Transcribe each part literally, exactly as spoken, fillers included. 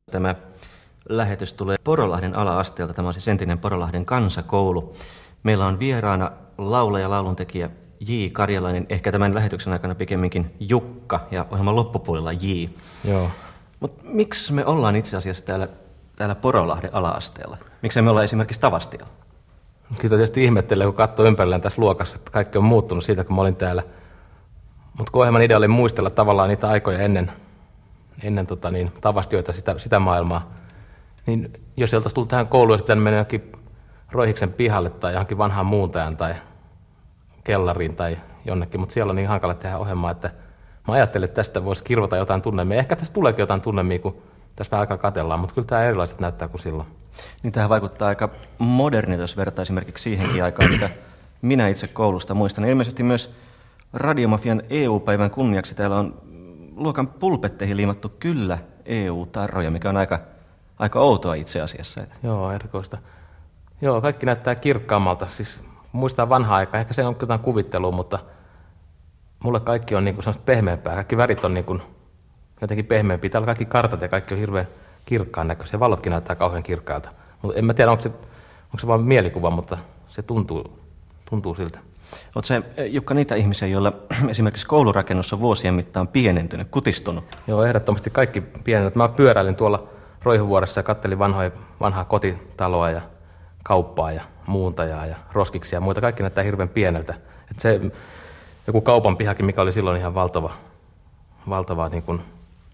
Tämä lähetys tulee Porolahden ala-asteelta. Tämä on siis entinen Porolahden kansakoulu. Meillä on vieraana laulaja, lauluntekijä J. Karjalainen, ehkä tämän lähetyksen aikana pikemminkin Jukka ja ohjelman loppupuolella J. Joo. Mutta miksi me ollaan itse asiassa täällä, täällä Porolahden ala-asteella? Miksi me ollaan esimerkiksi Tavastialla? Kyllä tietysti ihmettelee, kun katsoo ympärillään tässä luokassa, että kaikki on muuttunut siitä, kun mä olin täällä. Mutta kun ohjelman idea oli muistella tavallaan niitä aikoja ennen, ennen tota niin, Tavastioita, sitä, sitä maailmaa, niin jos sieltä olisi tullut tähän kouluun, olisi pitänyt mennä johonkin Roihiksen pihalle tai johonkin vanhaan muuntajan tai kellariin tai jonnekin, mutta siellä on niin hankala tehdä ohjelmaa, että mä ajattelin, että tästä voisi kirvata jotain tunnelmia. Ehkä tästä tuleekin jotain tunnelmia, kun tässä vähän aikaa katsellaan, mutta kyllä tämä erilaiset näyttää kuin silloin. Niin tähän vaikuttaa aika modernilta, jos vertaa esimerkiksi siihenkin aikaan, mitä minä itse koulusta muistan. Ilmeisesti myös Radiomafian E U-päivän kunniaksi täällä on luokan pulpetteihin liimattu kyllä E U-tarroja, mikä on aika, aika outoa itse asiassa. Joo, erikoista. Joo, kaikki näyttää kirkkaammalta. Siis muistaa vanhaa aikaa, ehkä se on jotain kuvittelua, mutta mulle kaikki on niinku semmoista pehmeämpää. Kaikki värit on niinku jotenkin pehmeämpiä. Täällä kaikki kartat ja kaikki on hirveän kirkkaan näköisiä. Valotkin näyttää kauhean kirkkailta. Mutta en mä tiedä, onko se, onko se vaan mielikuva, mutta se tuntuu, tuntuu siltä. Oletko se, Jukka, niitä ihmisiä, joilla esimerkiksi koulurakennus on vuosien mittaan pienentynyt, kutistunut? Joo, ehdottomasti kaikki pienentynyt. Mä pyöräilin tuolla Roihuvuoressa ja kattelin vanhoja, vanhaa kotitaloa ja kauppaa ja muuntajaa ja roskiksia ja muita. Kaikki näyttää hirveän pieneltä. Et se joku kaupan pihakin, mikä oli silloin ihan valtava, valtava niin kuin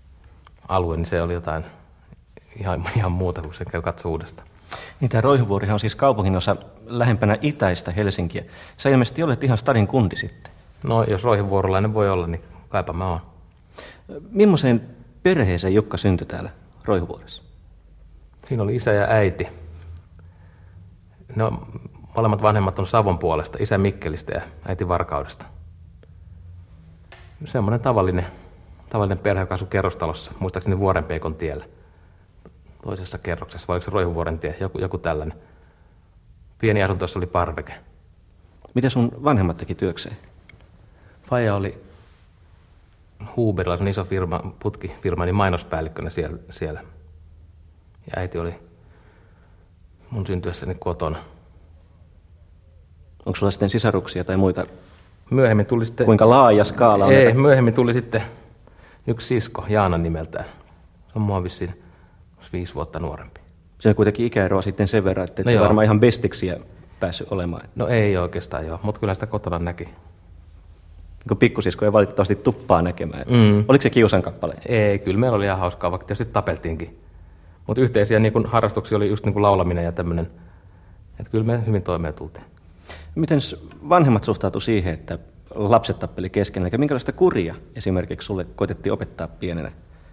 alue, niin se oli jotain ihan, ihan muuta, kun se käy katsoa uudestaan. Niin tämä Roihuvuorihan on siis kaupunginosa lähempänä itäistä Helsinkiä. Sä ilmeisesti olet ihan stadin kundi sitten. No, jos roihuvuorolainen voi olla, niin kaipa mä oon. Millaiseen perheeseen Jukka syntyi täällä Roihuvuoressa? Siinä oli isä ja äiti. No, molemmat vanhemmat on Savon puolesta, isä Mikkelistä ja äiti Varkaudesta. Semmoinen tavallinen, tavallinen perhe, joka asui kerrostalossa, muistaakseni Vuorenpeikon tiellä. Toisessa kerroksessa, vai oliko se Roihuvuoren tie, joku, joku tällainen. Pieni asunto, jossa oli parveke. Mitä sun vanhemmat teki työkseen? Faija oli Huberilla, iso firma, putkifirma, niin mainospäällikkönä siellä, siellä. Ja äiti oli mun syntyessäni kotona. Onko sulla sitten sisaruksia tai muita? Myöhemmin tuli sitten... Kuinka laaja skaala on? Ei, tätä? Myöhemmin tuli sitten yksi sisko, Jaana nimeltään. Se on mua vissiin viisi vuotta nuorempi. Se on kuitenkin ikäeroa sitten sen verran, että et no varmaan ihan bestiksiä päässyt olemaan. No ei oikeastaan joo, mutta kyllä sitä kotona näki. Kun pikkusisko ei valitettavasti tuppaa näkemään. Mm. Oliko se kiusan kappale? Ei, kyllä meillä oli ihan hauskaa, vaikka tietysti tapeltiinkin. Mutta yhteisiä niin kun harrastuksia oli just niin kun laulaminen ja tämmöinen. Että kyllä me hyvin toimeen tultiin. Miten vanhemmat suhtautuivat siihen, että lapset tappeli keskenään? Eikä minkälaista kuria esimerkiksi sulle koitettiin opettaa pienenä?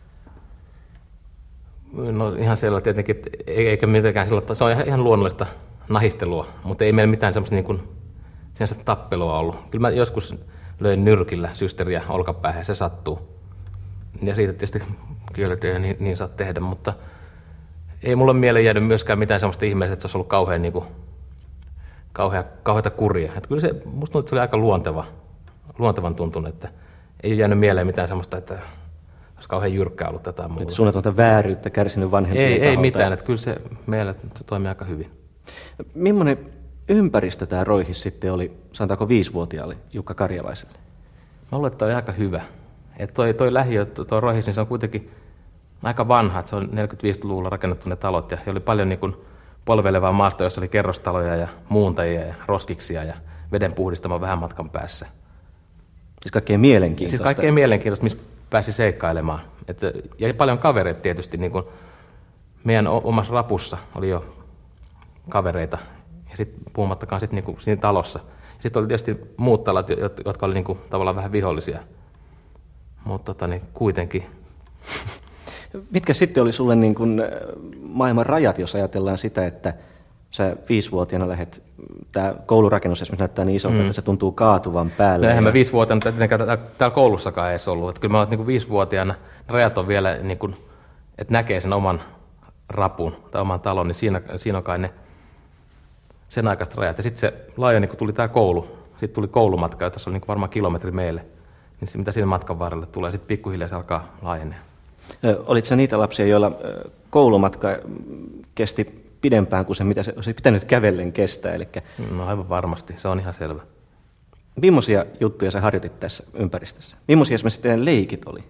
No ihan selvä tietenkin, että eikä mitenkään sillä, se on ihan luonnollista nahistelua, mutta ei meillä mitään semmoista niin kuin, tappelua ollut. Kyllä mä joskus löin nyrkillä systeriä olkapäähän ja se sattuu. Ja siitä tietysti kiellettyä niin, niin saa tehdä, mutta ei mulla mieleen jäänyt myöskään mitään semmoista ihmeellistä, että se olisi ollut kauhean, niin kuin, kauhea, kauheata kuria. Että kyllä se, musta tuntuu, että se oli aika luonteva, luontevan tuntunut, että ei ole jäänyt mieleen mitään semmoista, että olisi kauhean jyrkkää ollut tätä muuta. Että suunnatonta vääryyttä kärsinyt vanhempien Ei, taholta. ei mitään, että kyllä se meillä se toimii aika hyvin. Millainen ympäristö tämä Roihis sitten oli, sanotaanko viisivuotiaalle Jukka Karjalaiselle? Mä luulen, että toi oli aika hyvä. Että toi, toi lähiö, toi Roihis, niin se on kuitenkin aika vanha, että se on neljäkymmentäviisiluvulla rakennettu ne talot ja siellä oli paljon niin kuin polveilevaa maasta, jossa oli kerrostaloja ja muuntajia ja roskiksia ja veden puhdistama vähän matkan päässä. Siis kaikkein mielenkiintoista. Siis kaikkein mielenkiintoista, missä pääsi seikkailemaan. Että, ja paljon kavereita tietysti, niin kuin meidän omassa rapussa oli jo kavereita, ja sitten puhumattakaan sit niin kuin siinä talossa. Sitten oli tietysti muut talot, jotka oli niin kuin tavallaan vähän vihollisia, mutta tota, niin kuitenkin. Mitkä sitten oli sulle niin kuin maailman rajat, jos ajatellaan sitä, että sä viisivuotiaana lähdet, tämä koulurakennus esimerkiksi näyttää niin isolta, mm. että se tuntuu kaatuvan päälle. No eihän mä viisivuotiaana tietenkään täällä koulussakaan edes ollut. Että kyllä mä oon niin kuin viisivuotiaana, rajat on vielä, niin kuin, että näkee sen oman rapun tai oman talon, niin siinä, siinä on kai ne sen aikaiset rajat. Ja sitten se laajeni, kun tuli tämä koulu, sitten tuli koulumatka, jota se oli niin kuin varmaan kilometri meille, niin se, mitä siinä matkan varrelle tulee, sitten pikkuhiljaa se alkaa laajenee. Olitko sä niitä lapsia, joilla koulumatka kesti pidempään kuin se, mitä se olisi pitänyt kävellen kestää? Eli... No aivan varmasti, se on ihan selvä. Millaisia juttuja sä harjoitit tässä ympäristössä? Millaisia esimerkiksi teidän leikit oli?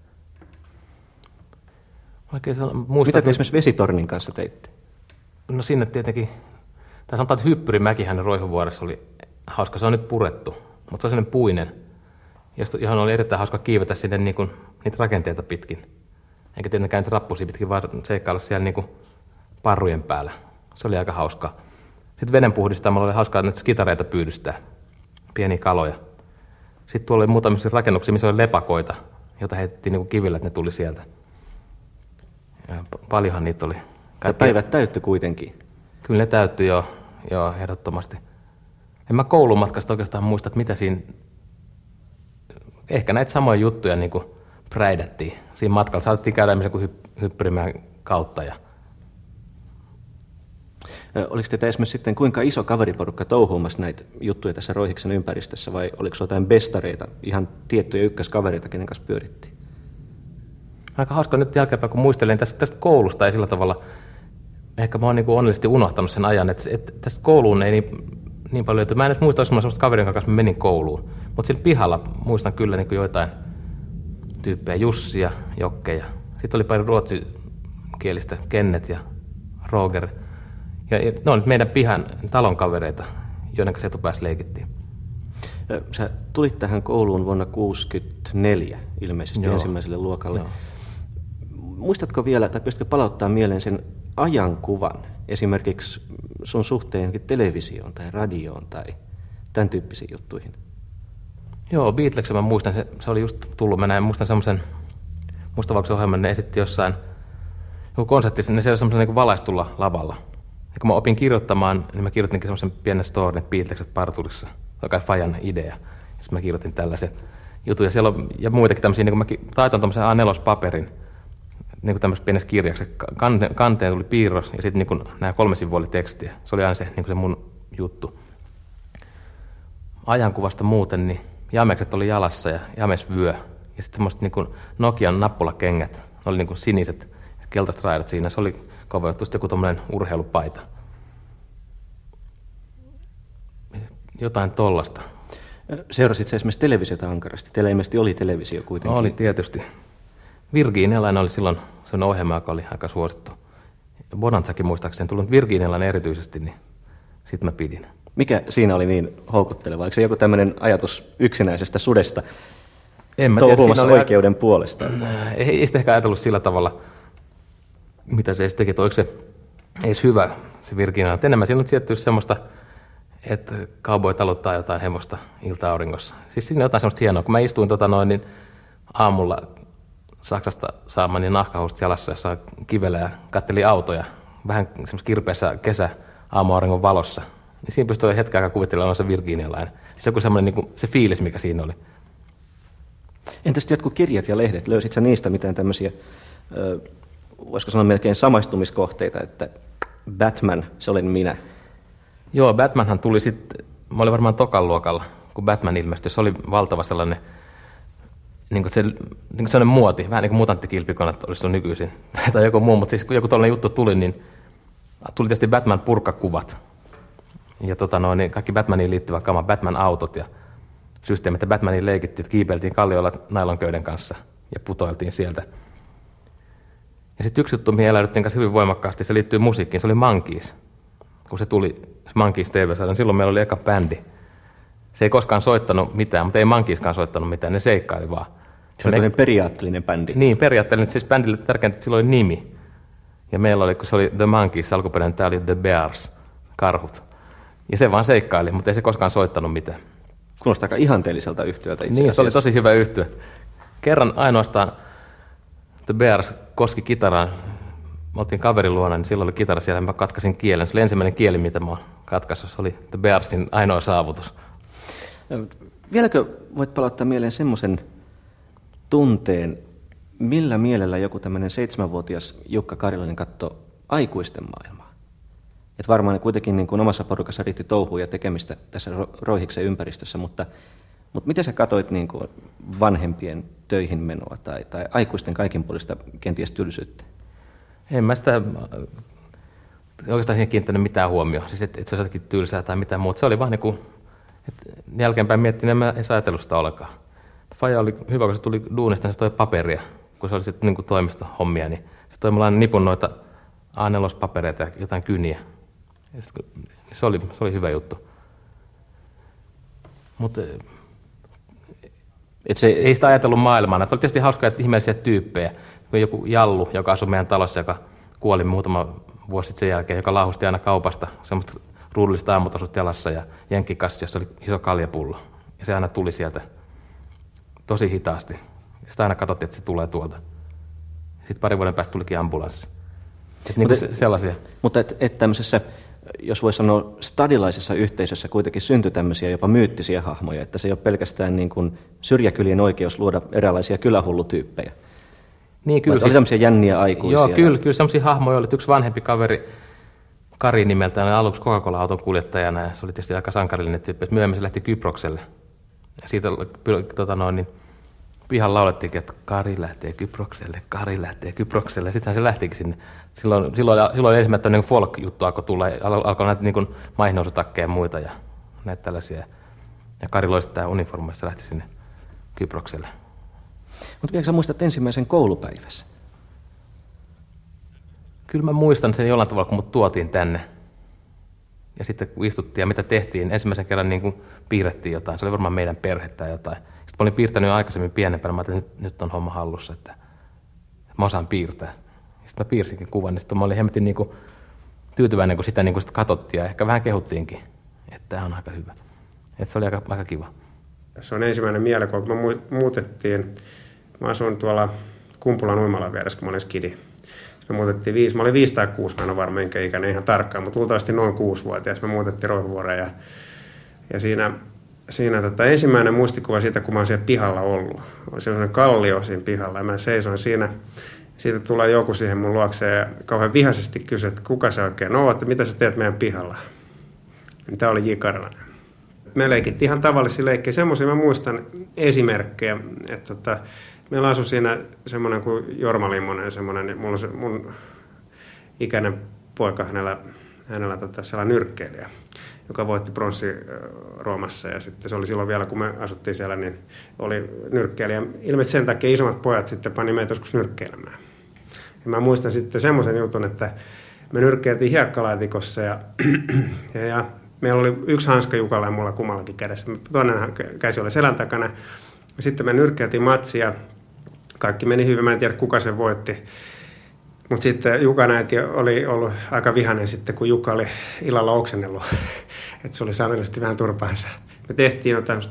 Oikein muistan, mitä te esimerkiksi vesitornin kanssa teitte? No sinne tietenkin, tai sanotaan, että Hyppyrimäkihän Roihuvuoressa oli hauska, se on nyt purettu, mutta se on sellainen puinen, johon oli erittäin hauska kiivetä sinne niin kuin, niitä rakenteita pitkin. Eikä tietenkään niitä rappusia pitkin, vaan seikkailla siellä niin kuin parrujen päällä. Se oli aika hauskaa. Sitten venenpuhdistamalla oli hauskaa näitä skitareita pyydystää, pieniä kaloja. Sitten tuolla oli muutamia rakennuksia, missä oli lepakoita, joita heitettiin niin kuin kivillä, että ne tuli sieltä. Ja paljonhan niitä oli. Ja päivät täyttyi kuitenkin. Kyllä ne täyttyi jo, joo, ehdottomasti. En mä koulumatkasta oikeastaan muista, että mitä siinä... Ehkä näitä samoja juttuja niin kuin präidättiin. Siinä matkalla saatettiin käydä esimerkiksi hypp- hyppyrimään kautta. Ja... Oliko teitä esimerkiksi sitten kuinka iso kaveriporukka touhuumassa näitä juttuja tässä Roihiksen ympäristössä, vai oliko jotain bestareita, ihan tiettyjä ykköskavereita, kenen kanssa pyörittiin? Aika hauska nyt jälkeenpäin, kun muistelen tästä, tästä koulusta ei sillä tavalla, ehkä mä oon niin kuin onnellisesti unohtanut sen ajan, että, että tästä kouluun ei niin, niin paljon löytyy. Mä en edes muista, olisi sellaista kaverin kanssa mä menin kouluun, mutta sillä pihalla muistan kyllä niin kuin joitain tyyppejä, Jussi ja Jokke, ja sitten oli pari ruotsikielistä, Kennet ja Roger, ja, ja ne on meidän pihan talon kavereita, joiden kanssa etupäässä leikittiin. Sä tulit tähän kouluun vuonna tuhatyhdeksänsataakuusikymmentäneljä ilmeisesti Joo. ensimmäiselle luokalle. Joo. Muistatko vielä, tai pystytkö palauttaa mieleen sen ajankuvan, esimerkiksi sun suhteen televisioon tai radioon tai tämän tyyppisiin juttuihin? Joo, Beatleksen mä muistan, se, se oli just tullut, mä näin, muistan semmoisen mustavalkoisen ohjelman, ne esitti jossain joku konsertti, ne siellä semmoisen niin valaistulla lavalla. Ja kun mä opin kirjoittamaan, niin mä kirjoitinkin semmoisen pienen storin, että Beatlekset parturissa, joka on Fajan idea. Ja sitten mä kirjoitin tällaisen jutun, ja siellä on ja muitakin tämmöisiä, niin kun mä taitoin tämmöisen A neljä paperin, niin kuin tämmöisessä pienessä kirjaksi, kanteen, kanteen tuli piirros, ja sitten niin nämä kolme sivua oli tekstiä. Se oli aina se, niin se mun juttu. Ajankuvasta muuten, niin jamekset oli jalassa ja jamesvyö. Ja sitten semmoiset niin Nokian nappulakengät, ne oli niin kuin siniset, keltaiset raidat siinä. Se oli kova juttu, sitten joku tommoinen urheilupaita. Jotain tollasta. Seurasit sä esimerkiksi televisiota ankarasti? Teillä ilmeisesti oli televisio kuitenkin. Oli tietysti. Virginialainen oli silloin sellainen ohjelma, joka oli aika suosittu. Bonanzakin muistaakseni tullut Virginialainen erityisesti, niin sitten mä pidin. Mikä siinä oli niin houkutteleva? Oliko se joku tämmöinen ajatus yksinäisestä sudesta en mä touhuumassa tiedä, oikeuden oli... puolesta? Ei, ei sitä ehkä ajatellut sillä tavalla, mitä se edes teki, että oliko se edes hyvä se Virginialainen. Enemmän siinä on tietty semmoista, että cowboy taluttaa jotain hevosta ilta-auringossa. Siis siinä on jotain semmoista hienoa. Kun mä istuin tota noin, niin aamulla Saksasta saamani nahkahousut jalassa, jossa kivellä ja kattelin autoja vähän semmoisessa kirpeässä kesä aamuauringon valossa. Niin siinä pystyi hetken aikaa kuvittelemaan se virginialainen. Siis joku semmoinen niin se fiilis, mikä siinä oli. Entäs jotkut kirjat ja lehdet? Löysit sä niistä mitään tämmöisiä, ö, voisiko sanoa melkein samaistumiskohteita, että Batman, se olen minä? Joo, Batmanhan tuli sitten, mä olin varmaan tokan luokalla, kun Batman ilmestyi. Se oli valtava sellainen, niin kuin se, niin kuin sellainen muoti, vähän niin kuin mutanttikilpikonat olisi ollut nykyisin. Tai joku muu, mutta siis kun joku tollainen juttu tuli, niin tuli tietysti Batman-purkkakuvat. Ja tota noin, niin kaikki Batmaniin liittyvä kama, Batman-autot ja systeemit. Ja Batmaniin leikittiin, että kiipeiltiin kallioilla nailonköyden kanssa ja putoiltiin sieltä. Ja sitten yksi juttu, mihin eläydyttiin kanssa hyvin voimakkaasti, se liittyy musiikkiin, se oli Monkees. Kun se tuli Monkees T V-sarjaan, silloin meillä oli eka bändi. Se ei koskaan soittanut mitään, mutta ei Monkeeskaan soittanut mitään, ne seikkaili vaan. Se oli ek... periaatteellinen bändi. Niin, periaatteellinen. Siis bändille tärkeintä, että sillä oli nimi. Ja meillä oli, kun se oli The Monkees, alkuperäinen tämä oli The Bears, karhut. Ja se vaan seikkaili, mutta ei se koskaan soittanut mitään. Kuulostaa aika ihanteelliselta yhtyöltä itse asiassa. Niin, se oli tosi hyvä yhtye. Kerran ainoastaan The Bears koski kitaraa. Me oltiin kaverin luona, niin silloin oli kitara siellä, ja mä katkasin kielen. Se oli ensimmäinen kieli, mitä mä katkasin. Se oli The Bearsin ainoa saavutus. Vieläkö voit palauttaa mieleen semmoisen tunteen, millä mielellä joku tämmöinen seitsemänvuotias Jukka Karilainen katsoi aikuisten maailmaa? Et varmaan kuitenkin niin kuin omassa porukassa riitti touhua ja tekemistä tässä Roihiksen ympäristössä, mutta Mutta miten sä katsoit niin kuin vanhempien töihin menoa tai, tai aikuisten kaikinpuolista kenties tylsyyttä? En mä sitä oikeastaan siihen kiinnittänyt mitään huomioon, siis että et se olisi jotenkin tylsää tai mitään muuta. Se oli vaan niin kuin, että jälkeenpäin miettinyt, en mä edes ajatellut sitä ollenkaan. Faija oli hyvä, kun se tuli duunista, niin se toi paperia, kun se oli sitten niin kuin toimistohommia, niin se toi mulla nipun noita A neljä -papereita ja jotain kyniä. Ja sit, se, oli, se oli hyvä juttu. Mutta se, ei sitä ajatellut maailmana. Oli tietysti hauskaa, että ihmeellisiä tyyppejä. Joku Jallu, joka asui meidän talossa, joka kuoli muutama vuosi sitten sen jälkeen, joka lauhusti aina kaupasta semmoista ruudullista aamutasut jalassa ja jenkkikassi, jossa oli iso kaljapullo. Ja se aina tuli sieltä tosi hitaasti. Ja sitä aina katsottiin, että se tulee tuolta. Sitten parin vuoden päästä tulikin ambulanssi. Niin mutta, se, sellaisia. Mutta et, et tämmöisessä, jos voi sanoa, stadilaisessa yhteisössä kuitenkin syntyi tämmöisiä jopa myyttisiä hahmoja, että se ei ole pelkästään niin kuin syrjäkylien oikeus luoda eräänlaisia kylähullutyyppejä. Niin, kyllä. Siis, oli tämmöisiä jänniä aikuisia. Joo, kyllä, kyllä semmoisia hahmoja oli. Yksi vanhempi kaveri, Kari nimeltään, oli aluksi Coca-Cola-auton kuljettajana, ja se oli tietysti aika sankarillinen tyyppi. Myöhemmin se lähti Kyprokselle. Ja siitä tota noin, niin pihalla laulettiinkin, että Kari lähtee Kyprokselle, Kari lähtee Kyprokselle. Ja sittenhän se lähtikin sinne. Silloin, silloin, silloin ensimmäinen niin folk-juttu alkoi tulla, alkoi näitä niin maihinousutakkeja ja muita ja näitä tällaisia. Ja Kari loisti tämä uniformissa ja lähti sinne Kyprokselle. Mutta vielä sä muistat ensimmäisen koulupäivässä? Kyllä mä muistan sen jollain tavalla, kun mut tuotiin tänne. Ja sitten kun istuttiin ja mitä tehtiin, ensimmäisen kerran niin kuin piirrettiin jotain. Se oli varmaan meidän perhe tai jotain. Sitten mä olin piirtänyt jo aikaisemmin pienempänä. Mä ajattelin, että nyt, nyt on homma hallussa, että mä osaan piirtää. Sitten mä piirsinkin kuvan, niin sitten mä olin hemmetin niin kuin tyytyväinen, kun sitä niin kuin sit katsottiin ja ehkä vähän kehuttiinkin, että tämä on aika hyvä. Että se oli aika, aika kiva. Se on ensimmäinen mielikuva, kun me muutettiin. Mä asuin tuolla Kumpulan uimalan vieressä, kun mä olin skidi. Me muutettiin viisi, mä olin viisi tai kuusi, mä en ole varma minkä ikäinen ihan tarkkaan, mutta luultavasti noin kuusivuotias. Me muutettiin Roihuvuoreen ja, ja siinä, siinä tota, ensimmäinen muistikuva siitä, kun mä oon siellä pihalla ollut. Oli sellainen kallio siinä pihalla ja mä seisoin siinä. Siitä tulee joku siihen mun luokseen ja kauhean vihaisesti kysyi, että kuka se oikein on, että mitä sä teet meidän pihalla. Tämä oli J. Karlanen. Me leikittiin ihan tavallisia leikkejä. Semmoisia mä muistan esimerkkejä, että tota, meillä asui siinä semmoinen kuin Jorma Limmonen, semmoinen, mulla on se, mun ikäinen poika, hänellä, hänellä tota, sellainen nyrkkeilijä, joka voitti pronssi Roomassa ja sitten se oli silloin vielä, kun me asuttiin siellä, niin oli nyrkkeilijä. Ilmeisesti sen takia isommat pojat sitten pani meitä joskus nyrkkeilemään. Ja mä muistan sitten semmoisen jutun, että me nyrkkeiltiin hiekkalaatikossa ja, ja, ja meillä oli yksi hanska Jukalla ja mulla kummallakin kädessä. Toinen käsi oli selän takana. Sitten me nyrkkeiltiin matsia. Kaikki meni hyvin. Mä en tiedä, kuka sen voitti. Mutta sitten Jukan äiti oli ollut aika vihainen sitten, kun Jukka oli illalla oksennellut. Että se oli saanut vähän turpaansa. Me tehtiin jotain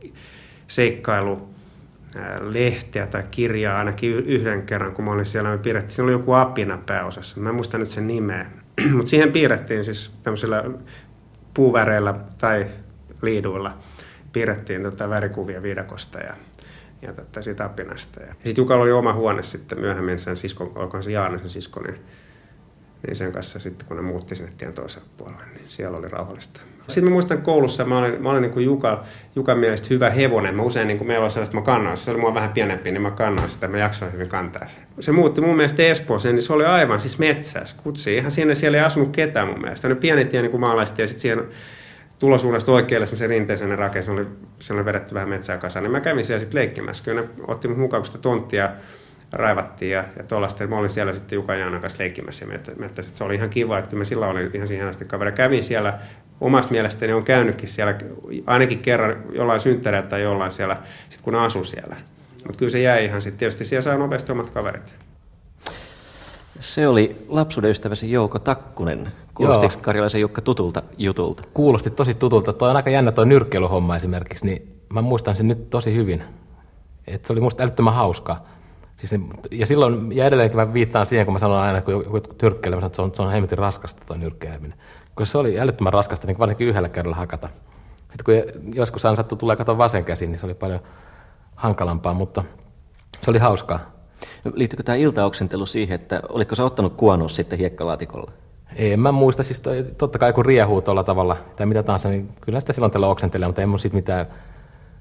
seikkailulehteä tai kirjaa ainakin yhden kerran, kun mä olin siellä. Me piirrettiin. Siinä oli joku apina pääosassa. Mä en muista nyt sen nimeä. Mutta siihen piirrettiin siis tämmöisellä puuväreillä tai liiduilla piirrettiin tota värikuvia viidakosta ja, ja tota siitä apinasta. Ja sitten Jukalla oli oma huone sitten myöhemmin sen siskon, olkoon se Jaana sen sisko, niin, niin sen kanssa sitten kun ne muutti sinne tien toiselle puolelle, niin siellä oli rauhallista. Sitten mä muistan koulussa, mä olin, mä olin niin kuin Juka, Jukan mielestä hyvä hevonen. Mä usein, niin kuin meillä oli sellaista, mä kannoin, se oli mua vähän pienempi, niin mä kannoin sitä, mä jaksoin hyvin kantaa. Se muutti mun mielestä Espooseen, niin se oli aivan siis metsässä, kutsi. Ihan siinä, siellä ei asunut ketään mun mielestä. Ne pieni tie niin kuin maalaistie ja sitten siihen tulosuunnasta oikealle semmoisen rinteisen rakennus, oli sellainen vedetty vähän metsää kasaan. Niin mä kävin siellä sitten leikkimässä. Kyllä ne otti mut mukaan, kun sitä tonttia raivattiin ja, ja tuollaista. Mä olin siellä sitten Jukan Jaanan kanssa leikkimässä ja mettässä. Se oli ihan kiva, että kyllä mä sillä olin ihan siihen asti kaveri. Kävin siellä, omasta mielestäni on käynytkin siellä ainakin kerran jollain synttäreillä tai jollain siellä, sit kun asun siellä. Mutta kyllä se jäi ihan sitten. Tietysti siellä saa nopeasti omat kaverit. Se oli lapsuuden ystäväsi Jouko Takkunen. Kuulostiko Karjalaisen Jukka tutulta jutulta? Kuulosti tosi tutulta. Tuo on aika jännä tuo nyrkkeilyhomma esimerkiksi, niin mä muistan sen nyt tosi hyvin. Et se oli musta älyttömän hauskaa. Siis, ja silloin, ja edelleenkin mä viittaan siihen, kun mä sanon aina, kun joku nyrkkeilee, että se on, se on hemmetin raskasta tuo nyrkkeileminen. Koska se oli älyttömän raskasta, niin varsinkin yhdellä kerralla hakata. Sitten kun joskus aina sattuu tulee katon vasen käsin, niin se oli paljon hankalampaa, mutta se oli hauskaa. Liittyykö tämä iltaoksentelu siihen, että oliko sä ottanut kuonoa sitten hiekkalaatikolla? Ei, mä muista. Siis toi, totta kai kun riehuu tuolla tavalla tai mitä tahansa, niin kyllä sitä silloin tällä oksentelee, mutta en mun siitä mitään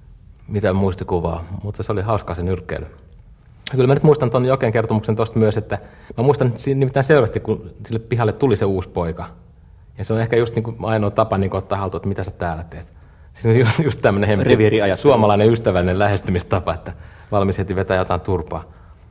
mitään muistikuvaa, mutta se oli hauskaa se nyrkkeily. Kyllä mä nyt muistan tuon Joken kertomuksen tuosta myös, että mä muistan nimittäin selvästi, kun sille pihalle tuli se uusi poika. Ja se on ehkä just niin kuin ainoa tapa niin kuin ottaa haltuun, että mitä sä täällä teet. Se on just, just tämmöinen suomalainen ystävällinen lähestymistapa, että valmis heti vetää jotain turpaa.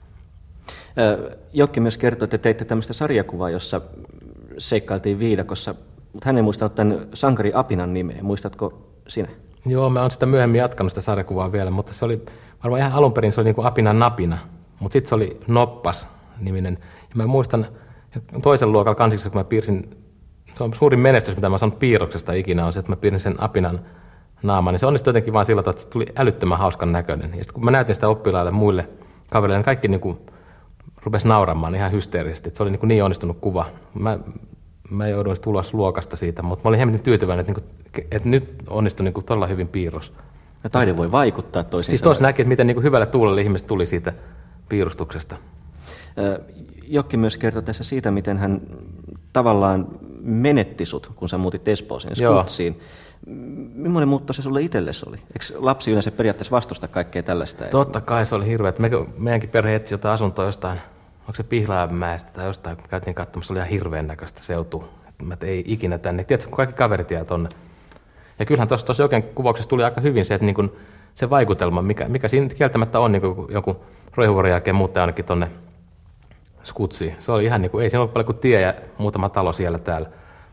Jokki myös kertoi, että teitte tämmöistä sarjakuvaa, jossa seikkailtiin viidakossa, mutta hän ei muistanut tämän sankari Apinan nimeä. Muistatko sinä? Joo, mä oon sitä myöhemmin jatkanut sitä sarjakuvaa vielä, mutta se oli varmaan ihan alun perin se oli niin kuin Apinan napina, mutta sitten se oli Noppas-niminen. Ja mä muistan toisen luokalla kansiksi, kun mä piirsin, se on suurin menestys, mitä mä sanon piirroksesta ikinä, on se, että mä piirsin sen Apinan naaman, niin se onnistui jotenkin vaan sillä tavalla, että se tuli älyttömän hauskan näköinen. Ja sitten kun mä näytin sitä oppilaille muille kavereille, niin kaikki niin kuin rupesi nauramaan ihan hysteerisesti, että se oli niin, niin onnistunut kuva. Mä, mä jouduin tulos luokasta siitä, mutta mä olin hemmetin tyytyväinen, että, niin kuin, että nyt onnistui niin kuin todella hyvin piirros. Ja taide voi vaikuttaa toisiin. Siis tuossa näki, että miten niin kuin hyvällä tuulella ihmiset tuli siitä piirustuksesta. Jokki myös kertoi tässä siitä, miten hän tavallaan menetti sut, kun sä muutit Espooseen, Skutsiin. Millainen muutto se sulle itsellesi oli? Eikö lapsi yleensä periaatteessa vastusta kaikkea tällaista? Totta kai se oli hirveä. Me, meidänkin perhe etsi jotain asuntoa jostain, onko se Pihlajamäestä tai jostain, kun käytiin katsomassa, se oli ihan hirveän näköistä seutua. Mä ei ikinä tänne. Tiedätkö, kun kaikki kaverit jää tonne. Ja kyllähän tuossa Joken kuvauksessa tuli aika hyvin se, että niin kun se vaikutelma, mikä, mikä siinä kieltämättä on, niin kun joku Roihuvuoren jälkeen muuttaa ainakin tonne Skutsiin. Se oli ihan niin kuin, ei siinä ollut paljon kuin tie ja muutama talo siellä täällä.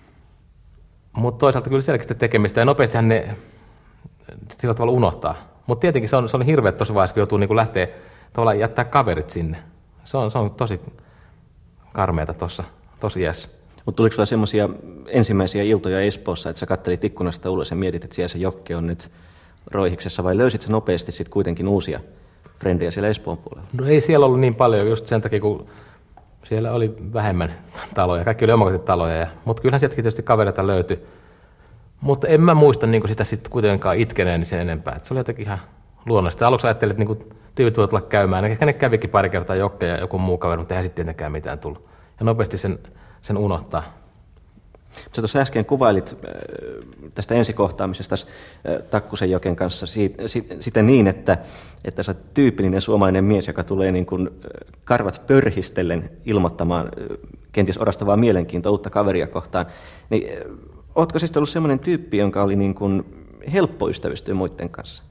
Mutta toisaalta kyllä selkeästi tekemistä ja nopeastihan ne sillä tavalla unohtaa. Mutta tietenkin se on, se on hirveä tuossa vaiheessa, kun joutuu niin lähteä tavallaan jättää kaverit sinne. Se on, se on tosi karmeata tuossa iässä. Mutta tuliko sulla semmoisia ensimmäisiä iltoja Espoossa, että sä kattelit ikkunasta ulos ja mietit, että siellä se Jokke on nyt Roihiksessa, vai löysit sä nopeasti sitten kuitenkin uusia frendejä siellä Espoon puolella? No ei siellä ollut niin paljon just sen takia, kun siellä oli vähemmän taloja, kaikki oli omakotitaloja, mutta kyllähän sieltäkin tietysti kavereita löytyi. Mutta en mä muista niin sitä sitten kuitenkaan itkeneeni sen enempää, et se oli jotenkin ihan luonnollista. Aluksi ajattelin, että niin tyypit voivat tulla käymään, ehkä ne kävikin pari kertaa Jokke ja joku muu kaveri, mutta eihän sitten tietenkään mitään tullut. Ja nopeasti sen, sen unohtaa. Sä tuossa äsken kuvailit tästä ensikohtaamisesta Takkusen Joken kanssa sitä niin, että, että sä oot tyypillinen suomalainen mies, joka tulee niin kuin karvat pörhistellen ilmoittamaan kenties orastavaa mielenkiintoa uutta kaveria kohtaan. Niin, ootko siis ollut semmoinen tyyppi, jonka oli niin kuin helppo ystävystyä muiden kanssa?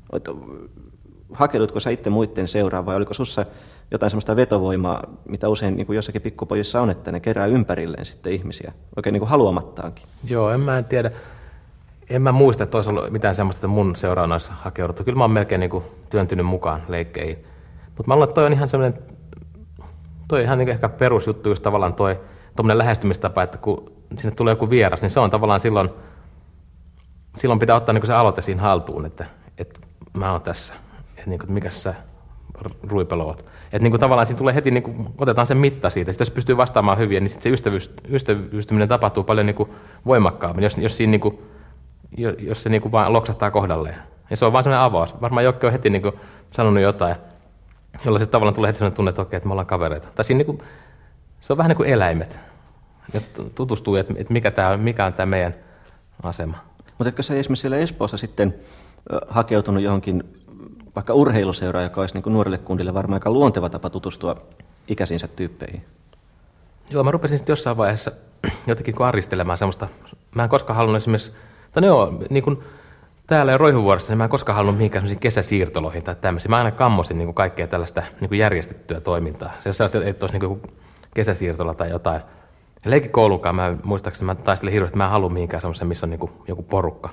Hakeudutko sä itse muiden seuraan vai oliko sussa jotain sellaista vetovoimaa, mitä usein niin kuin jossakin pikkupojissa on, että ne kerää ympärilleen sitten ihmisiä, oikein niin kuin haluamattaankin? Joo, en mä en tiedä. En mä muista, että olisi ollut mitään sellaista, että mun seuraan olisi hakeuduttu. Kyllä mä oon melkein niin kuin työntynyt mukaan leikkeihin. Mutta mä luulen, että toi on ihan semmoinen, toi ihan niin kuin ehkä perusjuttu, just tavallaan toi tommoinen lähestymistapa, että kun sinne tulee joku vieras, niin se on tavallaan silloin, silloin pitää ottaa niin kuin se aloite siinä haltuun, että, että mä oon tässä, että, niin kuin, että mikäs sä Ruipelo oot. Että niin kuin tavallaan siinä tulee heti, niin kuin, otetaan sen mitta siitä. Sitten jos pystyy vastaamaan hyvin, niin sitten se ystävyys, ystävystyminen tapahtuu paljon niin kuin voimakkaammin, jos, jos, siinä, niin kuin, jos se niin kuin vaan loksahtaa kohdalleen. Ja se on vaan sellainen avaus. Varmaan Jokke on heti niin kuin sanonut jotain, jolla se tavallaan tulee heti sellainen tunne, että okei, että me ollaan kavereita. Tai siinä niin kuin, se on vähän niin kuin eläimet. Ja tutustuu, että, että mikä, tämä, mikä on tämä meidän asema. Mutta etkö sä esimerkiksi siellä Espoossa sitten hakeutunut johonkin vaikka urheiluseuraa, joka olisi niin kuin nuorelle kundille varmaan aika luonteva tapa tutustua ikäisiinsä tyyppeihin? Joo, mä rupesin sitten jossain vaiheessa jotenkin aristelemaan semmoista. Mä en koskaan halunnut esimerkiksi, tai ne on niin kuin täällä ja Roihuvuoressa, niin mä en koskaan halunnut mihinkään semmoisiin kesäsiirtoloihin tai tämmöisiin. Mä aina kammosin niin kuin kaikkea tällaista niin kuin järjestettyä toimintaa. Se sellaista, että olisi niin kuin kesäsiirtola tai jotain. Ja leikkikouluunkaan mä muistaakseni, mä taistelin hirveästi, että mä en halua mihinkään semmoisen, missä on niin kuin joku porukka.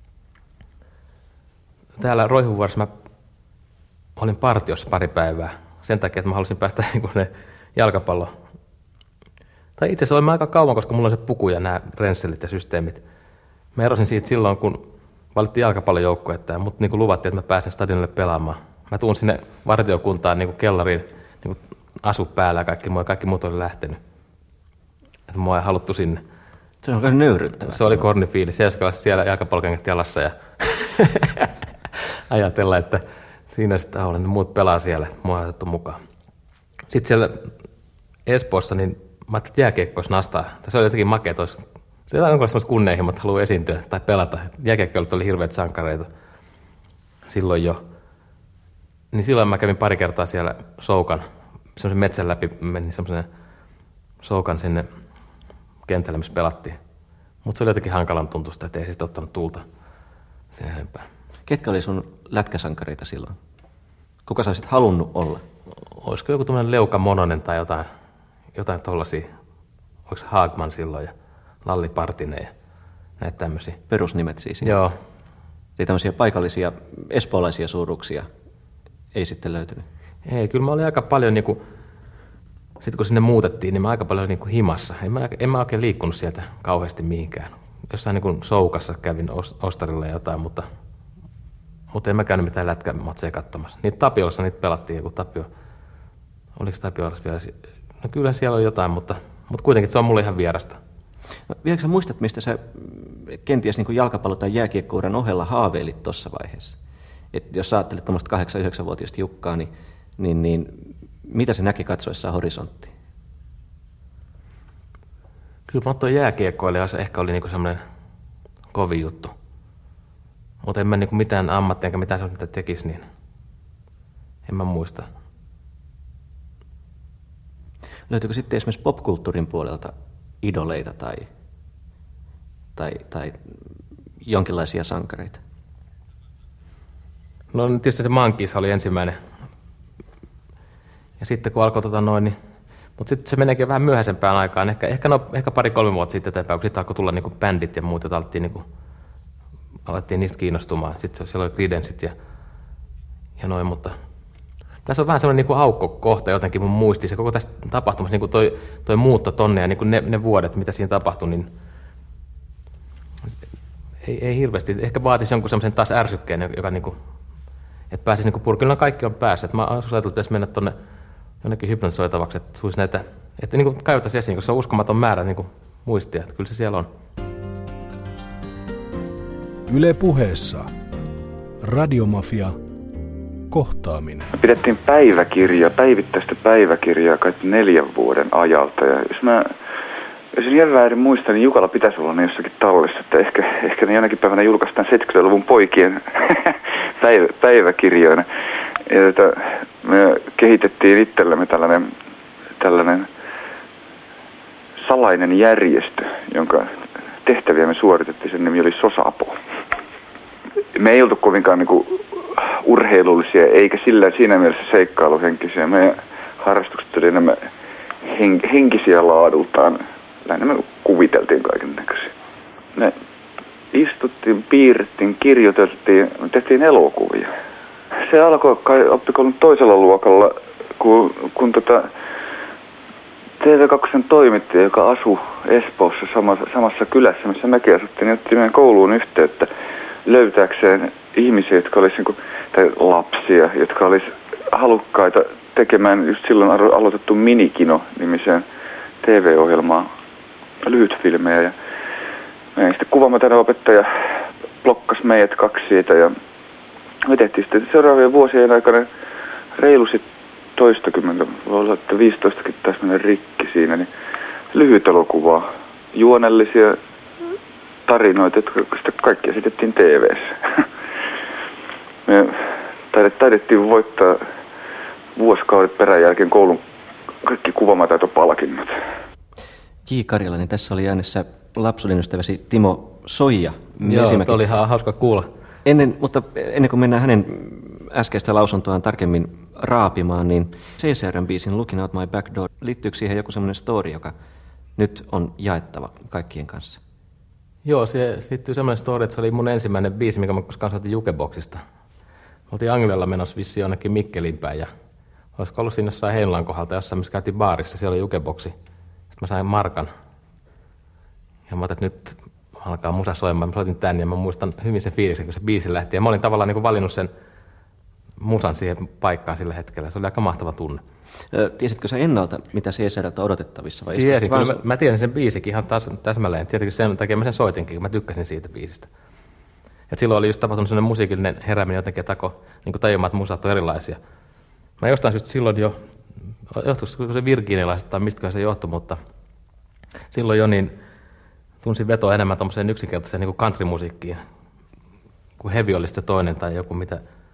Täällä Roihuvuoressa mä olin partiossa pari päivää sen takia, että mä halusin päästä niin kuin ne jalkapallo. Tai itse asiassa olin aika kauan, koska mulla on se puku ja nämä rensselit ja systeemit. Mä erosin siitä silloin, kun valittiin jalkapallojoukkuetta ja mut niin kuin luvattiin, että mä pääsen stadionille pelaamaan. Mä tuun sinne vartiokuntaan niin kuin kellariin niin kuin asut päällä ja kaikki, kaikki muut oli lähtenyt. Että mua ei haluttu sinne. Se on kai nöyryttävää. Se oli kornifiili. Seiskalaisi siellä jalkapallokengät jalassa ja ajatella, että siinä sitten olen, muut pelaa siellä, mua on otettu mukaan. Sitten siellä Espoossa, niin mä ajattelin, että jääkiekko olisi nastaa. Se oli jotenkin makea, se oli jonkinlaista kunnianhimoa, että haluaa esiintyä tai pelata. Jääkiekkoilijat oli hirveät sankareita. silloin jo. Niin silloin mä kävin pari kertaa siellä Soukan, semmoisen metsän läpi, menin semmoisen Soukan sinne kentälle, missä pelattiin. Mutta se oli jotenkin hankalan tuntusta, että ei sitten ottanut tuulta sen enempää. Ketkä oli sun lätkäsankareita silloin? Kuka sä olisit halunnut olla? Olisiko joku tämmöinen Leuka Mononen tai jotain, jotain tollaisia? Oliko Haagman silloin ja Lalli Partinen ja näitä tämmöisiä? Perusnimet siis. Joo. Eli tämmöisiä paikallisia espoolaisia suuruuksia ei sitten löytynyt? Ei, kyllä mä olin aika paljon, niin kuin, sitten kun sinne muutettiin, niin mä aika paljon niin kuin himassa. En mä, en mä oikein liikkunut sieltä kauheasti mihinkään. Jossain niin kuin Soukassa kävin Ostarilla ja jotain, mutta, mutta en mä käynyt mitään lätkämatseja katsomassa. Niitä Tapiolassa niitä pelattiin, joku Tapio. Oliko Tapiolassa vielä? No kyllä siellä on jotain, mutta, mutta kuitenkin se on mulle ihan vierasta. No, vieläkö sä muistat, mistä sä kenties niin kuin jalkapallo- tai jääkiekko-uran ohella haaveilit tuossa vaiheessa? Et jos sä ajattelet tuommoista kahdeksan-yhdeksänvuotiaista Jukkaa, niin, niin, niin mitä se näki katsoessaan horisonttiin? Kyllä mä tuo jääkiekkoilija ehkä oli niinku semmoinen kovin juttu. Mutta en mä niinku mitään ammattia enkä mitään semmoista tekisi, niin en mä muista. Löytyykö sitten esimerkiksi popkulttuurin puolelta idoleita tai, tai, tai jonkinlaisia sankareita? No tietysti se Monkeys oli ensimmäinen. Ja sitten kun alkoi tota noin, niin... Mutta sitten se meneekin vähän myöhäisempään aikaan, ehkä, ehkä, no, ehkä pari-kolme vuotta sitten eteenpäin, kun sitten alkoi tulla niinku bändit ja muut, joita alettiin, niinku, alettiin niistä kiinnostumaan. Sitten siellä oli Creedencet ja, ja noin, mutta... Tässä on vähän semmoinen niinku aukko kohta jotenkin mun muistissa. Koko tässä tapahtumassa niinku toi, toi muutto tonne ja niinku ne, ne vuodet, mitä siinä tapahtui, niin... Ei, ei hirveästi. Ehkä vaatisi jonkun semmoisen taas ärsykkeen, joka niinku... Että pääsisi niinku purkuun. Kyllä kaikki on päässä. Et mä ajattelin, että pitäisi mennä tuonne jonnekin hypnotisoitavaksi, että suisi näitä, että niinku käytäisiin esiin, koska se on uskomaton määrä niinku muistia, että kyllä se siellä on. Yle Puheessa. Radiomafia. Kohtaaminen. Pidettiin päiväkirja, päivittäistä päiväkirjaa kaikki neljän vuoden ajalta. Ja jos mä jos en väärin muista, niin Jukalla pitäisi olla ne jossakin tallessa, että ehkä, ehkä ne jonakin päivänä julkaistaan seitsemänkymmentäluvun poikien päivä, päiväkirjoina. Ja tota, me kehitettiin itsellemme tällainen, tällainen salainen järjestö, jonka tehtäviä me suoritettiin, sen nimi oli Sosapo. Me ei oltu kovinkaan niinku urheilullisia, eikä sillä siinä mielessä seikkailuhenkisiä. Meidän harrastukset oli enemmän hen- henkisiä laadultaan. Lähinnä me kuviteltiin kaiken näköisiä. Me istuttiin, piirrettiin, kirjoiteltiin, me tehtiin elokuvia. Se alkoi kai oppikoulun toisella luokalla, kun, kun tota T V kaksi toimittaja, joka asui Espoossa samassa, samassa kylässä, missä mekin asuttiin, niin otti meidän kouluun yhteyttä löytääkseen ihmisiä, jotka olisi, tai lapsia, jotka olisi halukkaita tekemään just silloin aloitettu Minikino-nimiseen T V-ohjelmaan lyhytfilmejä. Ja meidän sitten kuvaamaton opettaja blokkasi meidät kaksi siitä ja me tehtiin sitten seuraavien vuosien aikana reilu sitten toistakymmentä, voi olla, että viisitoistakin taisi mennä rikki siinä, niin lyhyt elokuvaa, juonellisia tarinoita, jotka sitä kaikki esitettiin T V:ssä. Me taidettiin voittaa vuosikaudet peräjälkeen koulun kaikki kuvaamataitopalkinnot. J. Karjalainen, tässä oli äänessä lapsuuden ystäväsi Timo Soija. Joo, esimerkiksi oli ihan hauska kuulla. Ennen, mutta ennen kuin mennään hänen äskeistä lausuntoaan tarkemmin raapimaan, niin C C R:n biisin Looking Out My Back Door, liittyykö siihen joku semmoinen story, joka nyt on jaettava kaikkien kanssa? Joo, se liittyy semmoinen story, että se oli mun ensimmäinen biisi, mikä mä koskaan saatiin Jukeboxista. Me oltiin Anglialla menossa vissiin jonnekin Mikkelin päin ja olisiko ollut siinä jossain Heinolan kohdalta, jossain missä käytiin baarissa, siellä oli Jukeboxi. Sitten mä sain markan. Ja mä otin, että nyt alkaa musa soimaan. Mä soitin tän ja mä muistan hyvin sen fiiliksen, kun se biisi lähti. Ja mä olin tavallaan niin kuin valinnut sen musan siihen paikkaan sillä hetkellä. Se oli aika mahtava tunne. Ö, tiesitkö sä ennalta, mitä C C R:ltä odotettavissa? Vai Tiesin, vaan... mä, mä tiesin sen biisikin ihan täs, täsmälleen. Tietenkin sen takia mä sen soitinkin, kun mä tykkäsin siitä biisistä. Et silloin oli just tapahtunut sellainen musiikillinen herääminen jotenkin, että tako niin tajumaan, että musat on erilaisia. Mä jostain syystä silloin jo, johtuiko se virginialaiset tai mistäköhän se johtui, mutta silloin jo niin tunsin vetoa enemmän tuommoiseen yksinkertaiseen niin country-musiikkiin, kun heavy olisi se toinen tai joku, mitä,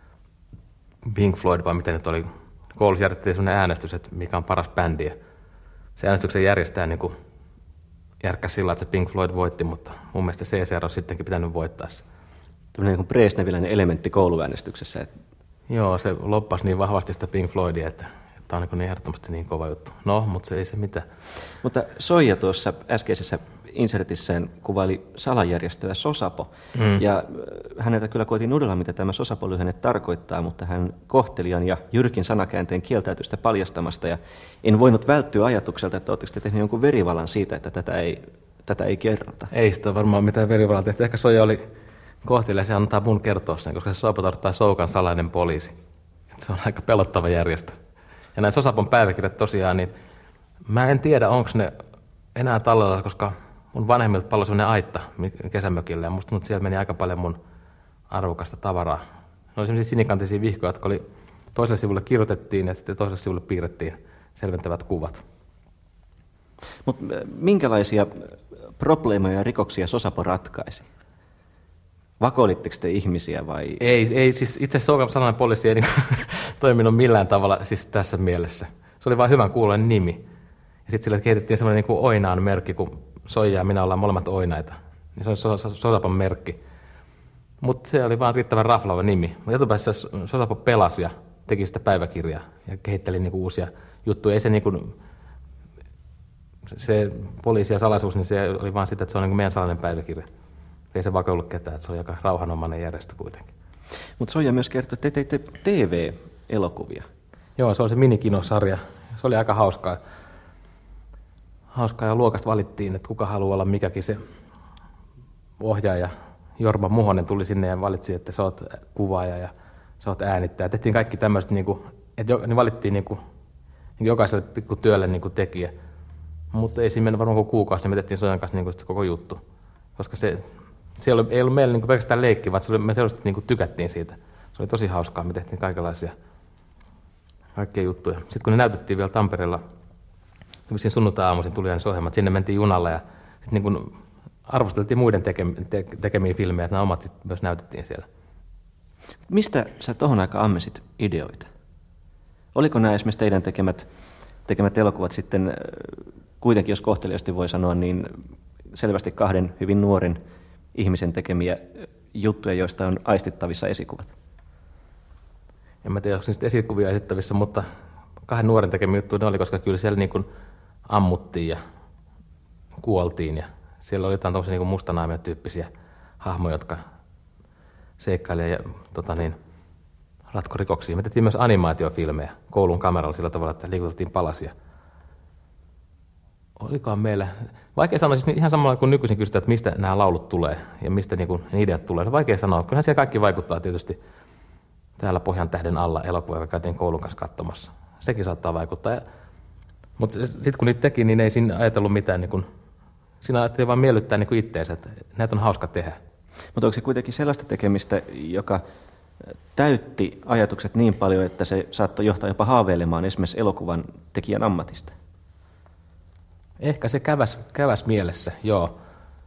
Pink Floyd vai mitä nyt oli. Koulussa järjestettiin sellainen äänestys, että mikä on paras bändi. Ja se äänestyksen järjestää niin kuin järkkäsi sillä, että se Pink Floyd voitti, mutta mun mielestä C C R on sittenkin pitänyt voittaa se. Tällainen niin Brezhneviläinen elementti kouluäänestyksessä. Että... Joo, se loppasi niin vahvasti sitä Pink Floydia, että tämä on niin ehdottomasti niin kova juttu. No, mutta se ei se mitään. Mutta Soija tuossa äskeisessä insertissään kuvaili salajärjestöä Sosapo. Mm. Ja häneltä kyllä koitin uudella, mitä tämä Sosapo-lyhenne tarkoittaa, mutta hän kohtelijan ja jyrkin sanakäänteen kieltäytyi sitä paljastamasta. Ja en voinut välttyä ajatukselta, että oletteko te tehneet jonkun verivalan siitä, että tätä ei, tätä ei kerrota. Ei sitä varmaan mitään verivalaa tehty. Ehkä Soija oli kohtelija, se antaa mun kertoa sen, koska se Sosapo tarkoittaa Soukan salainen poliisi. Et se on aika pelottava järjestö. Ja näin Sosapon päiväkirjat tosiaan, niin mä en tiedä, onko ne enää tallella, koska mun vanhemmilta paloi sellainen aitta kesämökille, ja musta siellä meni aika paljon mun arvokasta tavaraa. Ne oli sellaisia sinikantisia vihkoja, jotka oli toiselle sivulle kirjoitettiin, ja sitten toiselle sivulle piirrettiin selventävät kuvat. Mutta minkälaisia probleemoja ja rikoksia Sosapo ratkaisi? Vakoilitteko te ihmisiä vai? Ei, ei siis itse asiassa Soukan salainen poliisi ei niin toiminut millään tavalla siis tässä mielessä. Se oli vain hyvän kuuloinen nimi. Ja sitten sille kehitettiin semmoinen niin Oinaan merkki, kun Soija ja minä ollaan molemmat Oinaita. Niin se oli Sosapon merkki. Mutta se oli vaan riittävän raflava nimi. Mutta etupäässä Sosapo pelasi ja teki sitä päiväkirjaa ja kehitteli niin uusia juttuja. Ei se, niin kuin, se poliisi ja salaisuus, niin se oli vaan sitä, että se on niin meidän salainen päiväkirja. Ei se vakoillut ketään, että se oli aika rauhanomainen järjestö kuitenkin. Mutta Soija myös kertoi, että te teitte T V-elokuvia. Joo, se oli se minikinosarja. Se oli aika hauskaa. Hauskaa ja luokasta valittiin, että kuka haluaa olla mikäkin se ohjaaja. Jorma Muhonen tuli sinne ja valitsi, että sä oot kuvaaja ja sä oot äänittäjä. Tehtiin kaikki tämmöiset, niinku, että niin valittiin niinku, jokaiselle pikku työlle niinku tekijä. Mutta ei siinä mennyt varmaan kuukausi, niin me tehtiin Soijan kanssa niinku se koko juttu. Koska se, se ei ollut meillä niinku pelkästään leikki, vaan se oli, me selvästi niinku tykättiin siitä. Se oli tosi hauskaa, me tehtiin kaikenlaisia kaikkia juttuja. Sitten kun ne näytettiin vielä Tampereella, vissiin sunnuntai-aamuisin tuli aina ohjelmat, sinne mentiin junalla ja sitten niin arvosteltiin muiden tekemi- te- tekemiä filmejä, että nämä omat sit myös näytettiin siellä. Mistä sä tohon aikaan ammesit ideoita? Oliko nämä esimerkiksi teidän tekemät, tekemät elokuvat sitten kuitenkin, jos kohteliasti voi sanoa, niin selvästi kahden hyvin nuoren ihmisen tekemiä juttuja, joista on aistittavissa esikuvat? En mä tiedä, onko niistä esikuvia esittävissä, mutta kahden nuoren tekemiä juttuja ne oli, koska kyllä siellä niin kuin ammuttiin ja kuoltiin. Ja siellä oli jotain tommosia niin kuin mustanaamia tyyppisiä hahmoja, jotka seikkailivat ja tota niin, ratko rikoksia. Me tehtiin myös animaatiofilmejä koulun kameralla sillä tavalla, että liikuteltiin palasia. Olikohan meillä, vaikea sanoa, siis ihan samalla kuin nykyisin kysytään, että mistä nämä laulut tulee ja mistä niin kuin ne ideat tulee. Se on vaikea sanoa, kyllähän siellä kaikki vaikuttaa tietysti. Täällä Pohjan tähden alla elokuva, joka käytiin koulun kanssa katsomassa. Sekin saattaa vaikuttaa. Ja, mutta sitten kun niitä teki, niin ei siinä ajatellut mitään. Niin kun, siinä ajattelin vaan miellyttää niin itseensä, että näitä on hauska tehdä. Mutta onko se kuitenkin sellaista tekemistä, joka täytti ajatukset niin paljon, että se saattoi johtaa jopa haaveilemaan esimerkiksi elokuvan tekijän ammatista? Ehkä se käväs, käväs mielessä, joo.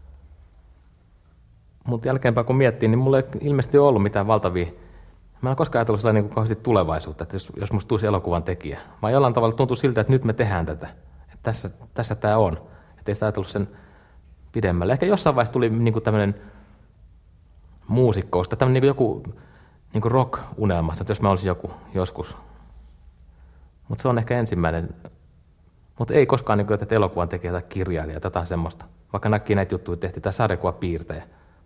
Mutta jälkeenpäin kun miettii, niin mulla ei ilmeisesti ollut mitään valtavia. Mä en ole koskaan ajatellut sellainen niin kauheasti tulevaisuutta, että jos, jos musta tulisi elokuvan tekijä. Vaan jollain tavalla tuntuu siltä, että nyt me tehdään tätä. Että tässä, tässä tämä on. Että ei sitä ajatellut sen pidemmälle. Ehkä jossain vaiheessa tuli niin kuin tämmöinen muusikkousta, tämmöinen niin kuin joku niin kuin rock-unelma, että jos mä olisin joku joskus. Mutta se on ehkä ensimmäinen. Mutta ei koskaan niin kuin, että elokuvan tekijä tai kirjailija tai jotain semmoista. Vaikka näki näitä juttuja tehtiin, tai sarjakuvapiirtejä.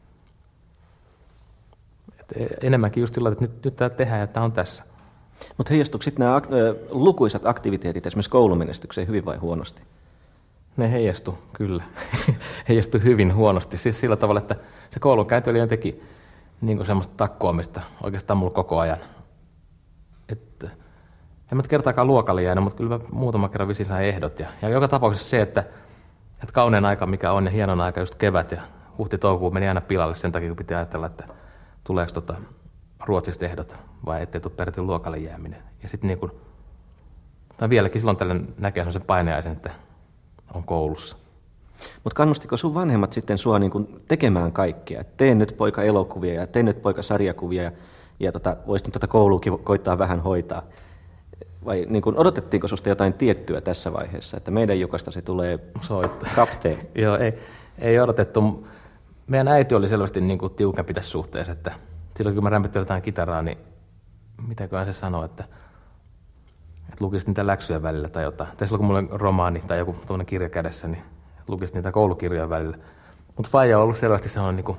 Enemmänkin just sillä, että nyt, nyt tämä tehdään ja tämä on tässä. Mutta heijastuiko sitten nämä ak- lukuisat aktiviteetit esimerkiksi koulumenestykseen hyvin vai huonosti? Ne heijastu, kyllä. heijastu hyvin huonosti. Siis sillä tavalla, että se koulunkäynti oli jotenkin niin semmoista takkoamista oikeastaan mulla koko ajan. Et, en mä kertaakaan luokalle jäänyt, mutta kyllä mä muutaman kerran vissiin sain ehdot. Ja, ja joka tapauksessa se, että, että kaunein aika mikä on ja hienon aika just kevät ja huhti-toukokuun meni aina pilalle sen takia, kun piti ajatella, että tuleeko tota Ruotsista ehdot vai ettei tule peräti luokalle jääminen. Ja sitten niin kuin, tai vieläkin silloin tällöin näkee sellaisen paineaisen, että on koulussa. Mutta kannustiko sun vanhemmat sitten sua niin kuin tekemään kaikkea? Tee nyt poika elokuvia ja tee nyt poika sarjakuvia ja ja tota, voisi nyt tuota kouluakin koittaa vähän hoitaa. Vai niin kuin, odotettiinko sinusta jotain tiettyä tässä vaiheessa, että meidän Jukasta se tulee Soittaa. kapteeni? Joo, ei, ei odotettu. Meidän äiti oli selvästi niin kuin tiukempi tässä suhteessa, että silloin kun mä rämpittelin jotain kitaraa, niin mitäköhän se sanoi, että, että lukisit niitä läksyjä välillä tai jotain. Tai silloin kun mulla on romaani tai joku tuollainen kirja kädessä, niin lukisit niitä koulukirjoja välillä. Mutta faija on ollut selvästi sellainen niin kuin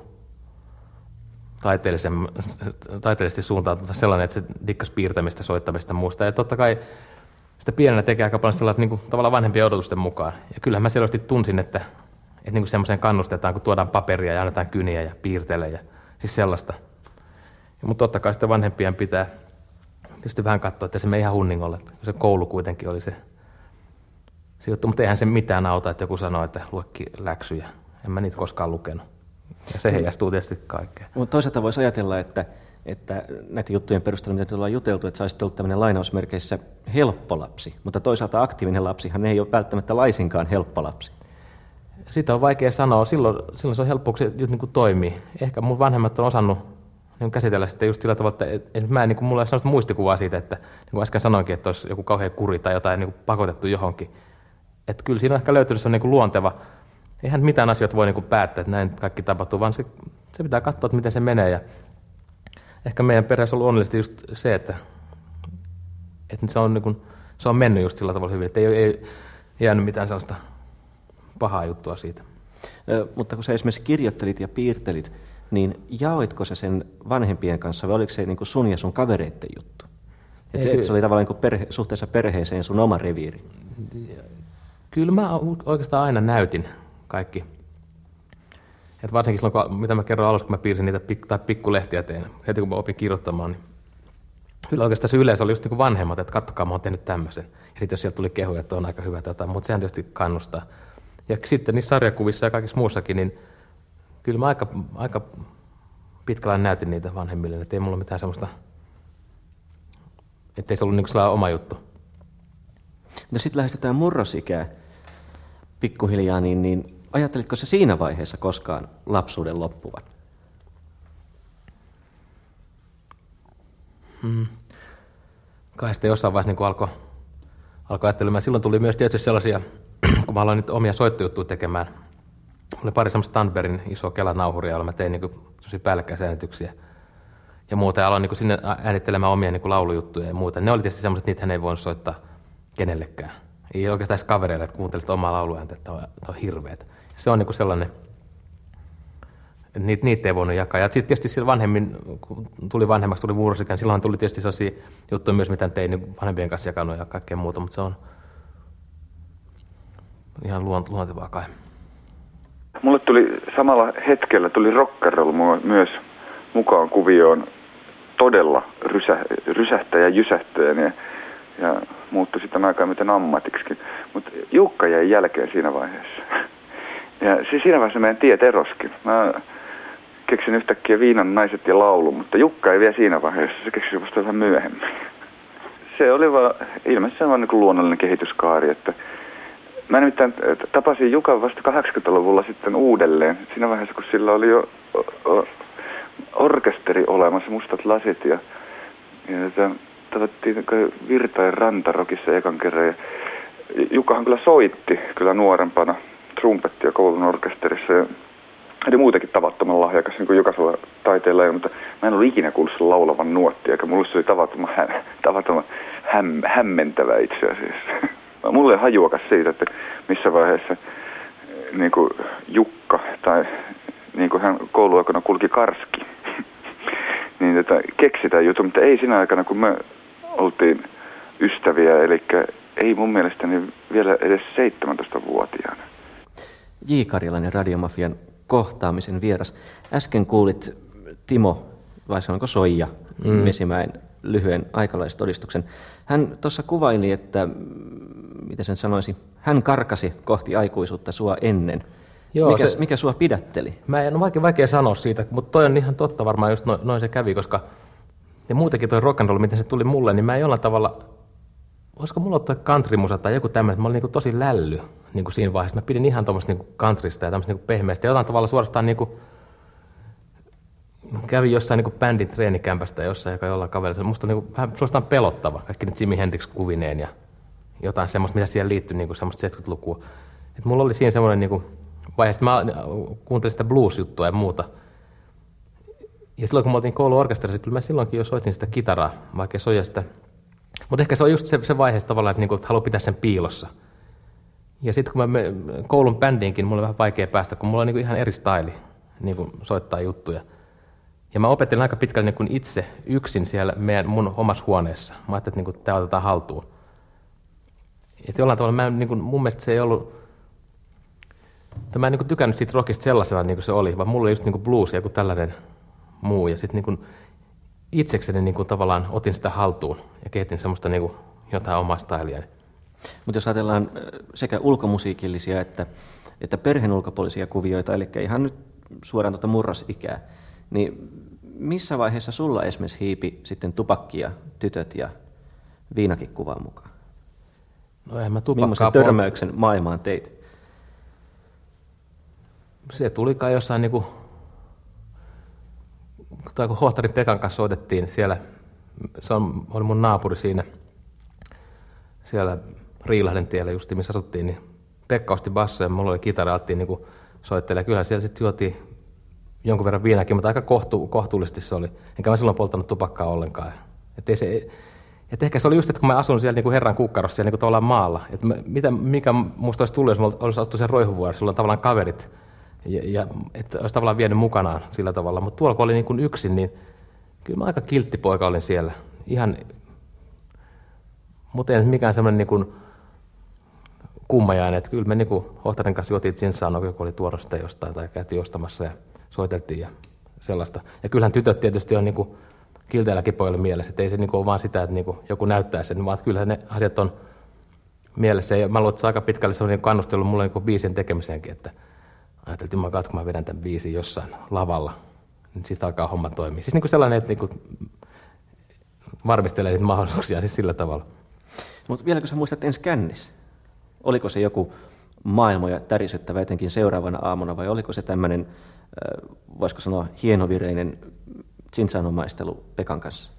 taiteellisesti suuntautunut sellainen, että se dikkasi piirtämistä, soittamista ja muusta. Ja totta kai sitä pienenä tekee aika paljon sellainen niin kuin, tavallaan vanhempien odotusten mukaan. Ja kyllähän mä selvästi tunsin, että, että niin kuin semmoiseen kannustetaan, kun tuodaan paperia ja annetaan kyniä ja piirtelee ja siis sellaista. Mutta totta kai sitä vanhempien pitää tietysti vähän katsoa, että se mene ihan hunningolle. Se koulu kuitenkin oli se, se juttu, mutta eihän se mitään auta, että joku sanoo, että luekki läksyjä. En mä niitä koskaan lukenut. Ja se heijastuu tietysti kaikkeen. Mutta toisaalta voisi ajatella, että, että näiden juttujen perusteella, mitä ollaan juteltu, että sä olisit ollut tämmöinen lainausmerkeissä helppo lapsi. Mutta toisaalta aktiivinen lapsihan ei ole välttämättä laisinkaan helppo lapsi. Sitä on vaikea sanoa. Silloin, silloin se on helppo, kun se niin kuin toimii. Ehkä mun vanhemmat on osannut niin käsitellä sitä just sillä tavalla, että et, et mä en, niin kuin, mulla ei ole sellaista muistikuvaa siitä, että niin kuin äsken sanoinkin, että olisi joku kauhean kuri tai jotain niin kuin pakotettu johonkin. Että kyllä siinä on ehkä löytynyt se niin kuin luonteva. Eihän mitään asioita voi niin kuin päättää, että näin kaikki tapahtuu, vaan se, se pitää katsoa, että miten se menee. Ja ehkä meidän perheessä on ollut onnellisesti just se, että, että se, on niin kuin, se on mennyt just sillä tavalla hyvin, että ei, ei jäänyt mitään sellaista pahaa juttua siitä. Ö, mutta kun sä esimerkiksi kirjoittelit ja piirtelit, niin jaoitko sä sen vanhempien kanssa vai oliko se niin kuin sun ja sun kavereitten juttu? Että se, et se oli tavallaan niin kuin perhe, suhteessa perheeseen sun oma reviiri? Kyllä mä oikeastaan aina näytin kaikki. Et varsinkin silloin, mitä mä kerron alussa, kun mä piirsin niitä pik- tai pikkulehtiä tein, heti kun mä opin kirjoittamaan, niin kyllä oikeastaan se yleensä oli just niin kuin vanhemmat, että katsokaa, mä oon tehnyt tämmöisen. Ja sitten jos sieltä tuli kehuja, että on aika hyvä tätä, mutta sehän tietysti kannustaa. Ja sitten niissä sarjakuvissa ja kaikissa muussakin, niin kyllä mä aika, aika pitkällä näytin niitä vanhemmille, että ei mulla mitään semmoista, ettei se ollut niin kuin sellainen oma juttu. No sitten lähestytään murrosikää pikkuhiljaa, niin, niin ajattelitko se siinä vaiheessa koskaan lapsuuden loppuvan? Hmm. Kai sitten jossain vaiheessa niin alkoi alko ajattelemaan. Silloin tuli myös tietysti sellaisia, kun mä aloin nyt omia soittojuttuja tekemään. Mulla oli pari semmoista Stanbergin isoa kelanauhuria, jolla mä tein niin sellaisia päällekkäisäänityksiä ja muuta. Ja aloin niin sinne äänittelemään omia niin laulujuttuja ja muuta. Ne oli tietysti semmoiset, että niitä ei voinut soittaa kenellekään. Ei oikeastaan edes kavereille, että kuuntelisit omaa lauluääntä, että on, että on hirveet. Se on niin sellainen, että niitä, niitä ei voinut jakaa. Ja sitten tietysti siellä vanhemmin, kun tuli vanhemmaksi, tuli murrosikä, silloin tuli tietysti sellaisia juttuja myös, mitä tein niin vanhempien kanssa jakanut ja kaikkea muuta, mutta se on ihan luontevaa kai. Mulle tuli samalla hetkellä tuli rock'n'roll myös mukaan kuvioon todella rysä, rysähtäjä ja jysähtäjän ja, ja muuttui sitten aikaa miten ammatiksikin. Mutta Jukka jäi jälkeen siinä vaiheessa. Ja siis siinä vaiheessa meidän tiet eroskin. Mä keksin yhtäkkiä Viinan naiset ja laulu, mutta Jukka ei vielä siinä vaiheessa. Se keksi vasta vähän myöhemmin. Se oli vaan, ilmeisesti se vaan niin kuin luonnollinen kehityskaari, että mä nimittäin tapasin Jukan vasta kahdeksankymmentäluvulla sitten uudelleen. Siinä vaiheessa, kun sillä oli jo orkesteri olemassa, mustat lasit. Ja, ja tavattiin Virtain Rantarokissa ekan kerran. Ja Jukahan kyllä soitti kyllä nuorempana trumpettia koulun orkesterissa. Ja oli muutenkin tavattoman lahjakas, niin kuin jokaisella taiteella, mutta mä en ollut ikinä kuullut sen laulavan nuottia, eikä mulle se oli tavattoman, hä- tavattoman häm- hämmentävä itse asiassa. Mulla ei hajuakas siitä, että missä vaiheessa niin kuin Jukka tai niin kuin hän kouluaikana kulki Karski, niin että keksitään juttu, mutta ei siinä aikana, kun me oltiin ystäviä, eli ei mun mielestäni vielä edes seitsemäntoistavuotiaana. J. Karjalainen Radiomafian kohtaamisen vieras. Äsken kuulit Timo, vai sanonko Soija, mm. Vesimäen lyhyen aikalaistodistuksen. Hän tuossa kuvaili, että, mitä sen sanoisi, hän karkasi kohti aikuisuutta sua ennen. Joo, mikä, se, mikä sua pidätteli? Mä en ole vaikea, vaikea sanoa siitä, mutta toi on ihan totta varmaan, just noin, noin se kävi, koska ja muutenkin toi rock'n'roll, miten se tuli mulle, niin mä en jollain tavalla, olisiko mulla toi countrymusa tai joku tämmöinen, että mä olin niin tosi lälly niin kuin siinä vaiheessa. Mä pidin ihan tuommoista niin countrysta ja tämmöistä niin pehmeästä ja jotain tavalla suorastaan niin kuin, kävin jossain niin bändin treenikämpästä jossain, joka jollain kaverilla. Musta on niin kuin, vähän suorastaan pelottava. Kaikki nyt Jimi Hendrix kuvineen ja jotain semmoista, mitä siihen liittyy, niin kuin semmoista seitsemänkymmentälukua. Et mulla oli siinä semmoinen niin vaihe, että mä kuuntelin sitä blues-juttua ja muuta. Ja silloin kun mä oltiin kouluorkesterissa, kyllä mä silloinkin jo soitin sitä kitaraa, vaikka soija sitä. Mutta ehkä se on just se, se vaihe tavallaan, että, niinku, että haluaa pitää sen piilossa. Ja sitten kun mä me, koulun bändiinkin, mulla on vähän vaikea päästä, kun mulla on niinku ihan eri staili niinku soittaa juttuja. Ja mä opettelin aika pitkälle niinku itse yksin siellä meidän, mun omassa huoneessa. Mä ajattelin, että niinku, tämä otetaan haltuun. Et jollain tavalla mä, niinku, mun mielestä se ei ollut... Mä en niinku, tykännyt siitä rockista sellaisena, niin kuin se oli, vaan mulla oli just niinku, blues ja joku tällainen muu. Ja sitten niinku, itsekseni niinku, tavallaan otin sitä haltuun ja kehitin semmoista niinku, jotain omaa styliä. Mutta jos ajatellaan sekä ulkomusiikillisia että, että perheen ulkopuolisia kuvioita, eli ihan nyt suoraan tuota murrosikää, niin missä vaiheessa sulla esimerkiksi hiipi sitten tupakkia, tytöt ja viinakin kuvaan mukaan? No eihän mä tupakkaa... Millaisen törmäyksen maailmaan teit? Se tuli kai jossain niinku... Tai kun Hohtarin Pekan kanssa soitettiin siellä, se on, oli mun naapuri siinä, siellä Riilahden tiellä justi, missä asuttiin, niin Pekka osti bassoja ja mulla oli kitara, alettiin niinku soittelemaan. Kyllähän siellä sitten juotiin jonkun verran viinäkin, mutta aika kohtu, kohtuullisesti se oli. Enkä mä silloin polttanut tupakkaa ollenkaan. Et ei se, et ehkä se oli just, että kun mä asun siellä niinku herran kukkarossa siellä niinku tavallaan maalla, että mitä, mikä musta olisi tullut, jos mä olisi asuttu sen Roihuvuoressa, sulla on tavallaan kaverit, ja, ja että olisi tavallaan vienyt mukanaan sillä tavalla. Mutta tuolla kun oli niinku yksin, niin kyllä mä aika kiltti poika olin siellä. Ihan, mutta ei mikään semmoinen niinku kummajainen, että kyllä me niinku Hohtarin kanssa juotiin ginsaa, no joku oli tuonut sitä jostain tai käytiin ostamassa ja soiteltiin ja sellaista. Ja kyllähän tytöt tietysti on niinku kilteilläkin pojille mielessä, että ei se niinku ole vaan sitä, että niinku joku näyttää sen, vaan kyllähän ne asiat on mielessä. Ja mä luulen, että se on aika pitkälle sellainen kannustelu mulle niinku biisien tekemiseenkin, että ajattelin, että jumalat, kun mä vedän tämän biisin jossain lavalla, niin siitä alkaa homma toimia. Siis niinku sellainen, että niinku varmistelee niitä mahdollisuuksia siis sillä tavalla. Mutta vieläkö sä muistat ensi kännis? Oliko se joku maailmoja tärisyttävä etenkin seuraavana aamuna, vai oliko se tämmöinen, voisiko sanoa, hienovireinen ginsaanomaistelu Pekan kanssa?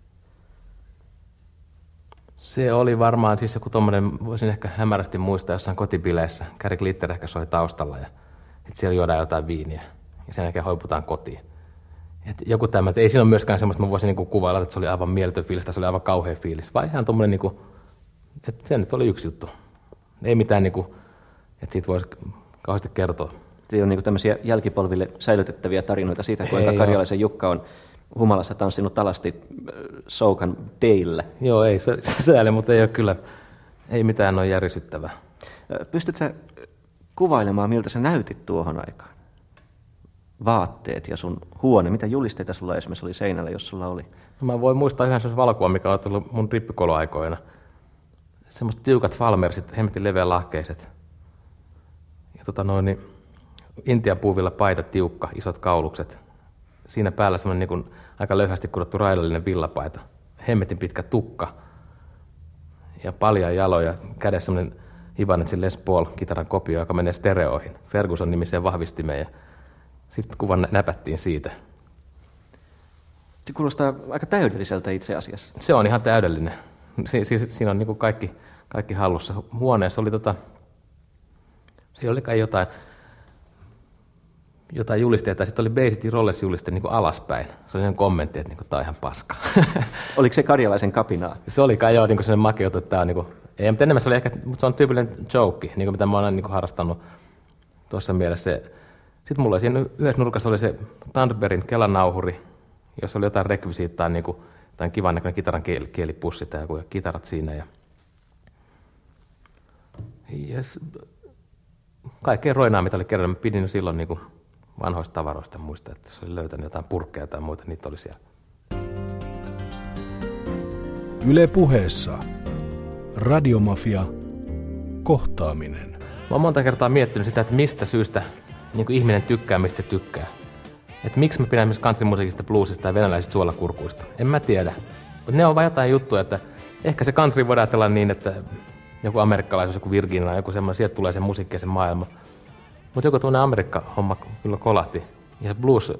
Se oli varmaan siis joku tommoinen, voisin ehkä hämärästi muistaa jossain kotibileissä. Gary Glitter ehkä soi taustalla ja sitten siellä juodaan jotain viiniä ja sen jälkeen hoiputaan kotiin. Et joku tämmöinen, ei siinä ole myöskään semmoista, mä voisin niinku kuvailla, että se oli aivan mieletön fiilis tai se oli aivan kauhea fiilis, vaan ihan tommoinen, niinku, että se nyt oli yksi juttu. Ei mitään, niinku, että siitä voisi kauheasti kertoa. Se on niinku tämmöisiä jälkipolville säilytettäviä tarinoita siitä, kuinka Karjalaisen Jukka on humalassa tanssinut alasti Soukan teillä. Joo, ei se sääli, mutta ei ole kyllä, ei mitään ole järisyttävää. Pystytkö sä kuvailemaan, miltä sä näytit tuohon aikaan? Vaatteet ja sun huone, mitä julisteita sulla esimerkiksi oli seinällä, jos sulla oli? No mä voin muistaa yhden sellaisen valokuvan, mikä on tullut mun rippikouluaikoina. Semmoiset tiukat falmersit, hemmetin leveä lahkeiset. Ja tota noin, niin Intian puuvilla paita tiukka, isot kaulukset. Siinä päällä semmoinen niin kuin aika löyhästi kudottu raidallinen villapaita. Hemmetin pitkä tukka ja palja jaloja. Kädessä semmoinen Ibanezin Les Paul-kitaran kopio, joka menee stereoihin. Ferguson-nimiseen vahvistimeen. Sitten kuvan näpättiin siitä. Se kuulostaa aika täydelliseltä itse asiassa. Se on ihan täydellinen. Si- si- siinä on niin kuin kaikki, kaikki hallussa. Huoneessa oli tota, siellä oli kai jotain, jotain julisteita. Sitten oli Bay City Rollers-juliste niin kuin alaspäin. Se oli ihan kommentti, että niin kuin, tämä on ihan paska. Oliko se Karjalaisen kapinaa? Se oli kai joo, niin kuin sellainen makeutu, että tämä on, niin kuin, ei, mutta enemmän se oli ehkä, mutta se on tyypillinen joke, niin kuin mitä mä olen niin kuin harrastanut tuossa mielessä. Sitten mulla oli siinä yhdessä nurkassa oli se Thunderbirdin Kelanauhuri, jossa oli jotain rekvisiittaa, niin kuin jotain kivan näköinen kitaran kielipussi tai joku, ja kitarat siinä. Ja, ja kaikkea roinaa, mitä oli kerran. Mä pidin silloin niin kuin vanhoista tavaroista muista, että jos oli löytänyt jotain purkkeja tai muita, niitä oli siellä. Yle Puheessa. Radiomafia. Kohtaaminen. Mä oon monta kertaa miettinyt sitä, että mistä syystä niin kuin ihminen tykkää, mistä se tykkää. Että miksi mä pidän esimerkiksi countrymusiikista, bluesista ja venäläisistä suolakurkuista. En mä tiedä. Mutta ne on vain jotain juttuja, että ehkä se country voidaan ajatella niin, että joku amerikkalaisuus, joku Virginia, joku semmoinen, sieltä tulee se musiikki ja se maailma. Mutta joku tuonne Amerikka-homma kyllä kolahti. Ja se blues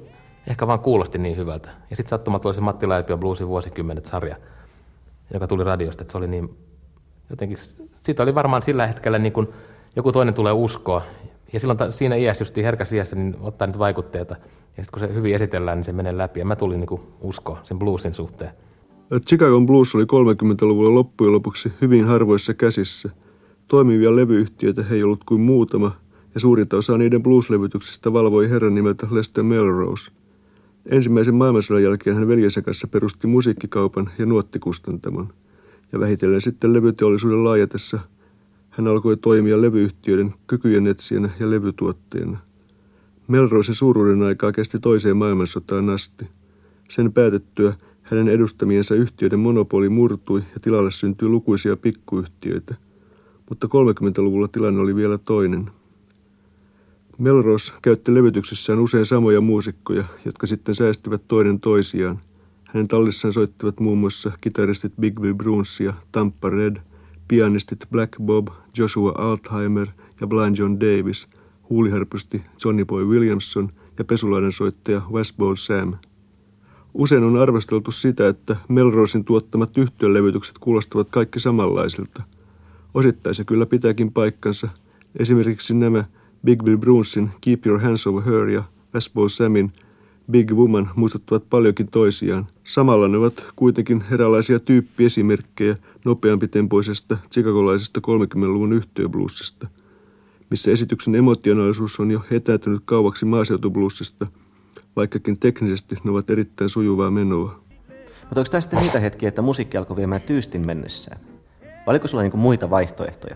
ehkä vaan kuulosti niin hyvältä. Ja sitten sattumalta oli se Matti Laipion Bluesin vuosikymmenet-sarja, joka tuli radiosta, että se oli niin jotenkin, siitä oli varmaan sillä hetkellä niin kuin joku toinen tulee uskoa. Ja silloin ta, siinä iässä, just herkässä iässä, niin ottaa niitä vaikutteita. Ja sitten kun se hyvin esitellään, niin se menee läpi. Ja mä tulin niin kuin uskoa sen bluesin suhteen. Chicagon Blues oli kolmekymmentäluvulla loppujen lopuksi hyvin harvoissa käsissä. Toimivia levyyhtiöitä ei ollut kuin muutama, ja suurinta osaa niiden blueslevytyksistä valvoi herran nimeltä Lester Melrose. Ensimmäisen maailmansodan jälkeen hän veljensä kanssa perusti musiikkikaupan ja nuottikustantamon. Ja vähitellen sitten levyteollisuuden laajatessa hän alkoi toimia levyyhtiöiden kykyjen etsijänä ja levytuotteena. Melrosen suuruuden aikaa kesti toiseen maailmansotaan asti. Sen päätettyä hänen edustamiensa yhtiöiden monopoli murtui ja tilalle syntyi lukuisia pikkuyhtiöitä. Mutta kolmekymmentäluvulla tilanne oli vielä toinen. Melrose käytti levytyksissään usein samoja muusikkoja, jotka sitten säästivät toinen toisiaan. Hänen tallissaan soittivat muun muassa kitaristit Big Bill Bruns ja Tampa Red, pianistit Black Bob, Joshua Altheimer ja Blind John Davis, huuliharpusti Johnny Boy Williamson ja pesulaidan soittaja Westbow Sam. Usein on arvosteltu sitä, että Melrosen tuottamat yhtiölevytykset kuulostavat kaikki samanlaisilta. Osittain se kyllä pitääkin paikkansa. Esimerkiksi nämä Big Bill Brunsin Keep Your Hands Over Her ja Westbow Samin Big Woman muistuttavat paljonkin toisiaan. Samalla ne ovat kuitenkin eräänlaisia tyyppiesimerkkejä nopeampitempoisesta chicagolaisesta kolmekymmentäluvun yhtiöbluesista, missä esityksen emotionaalisuus on jo etääntynyt kauaksi maaseutubluesista, vaikkakin teknisesti ne ovat erittäin sujuvaa menoa. Mutta onko tämä sitten niitä hetkiä, että musiikki alkoi viemään tyystin mennessään? Vai oliko sulla niinku muita vaihtoehtoja?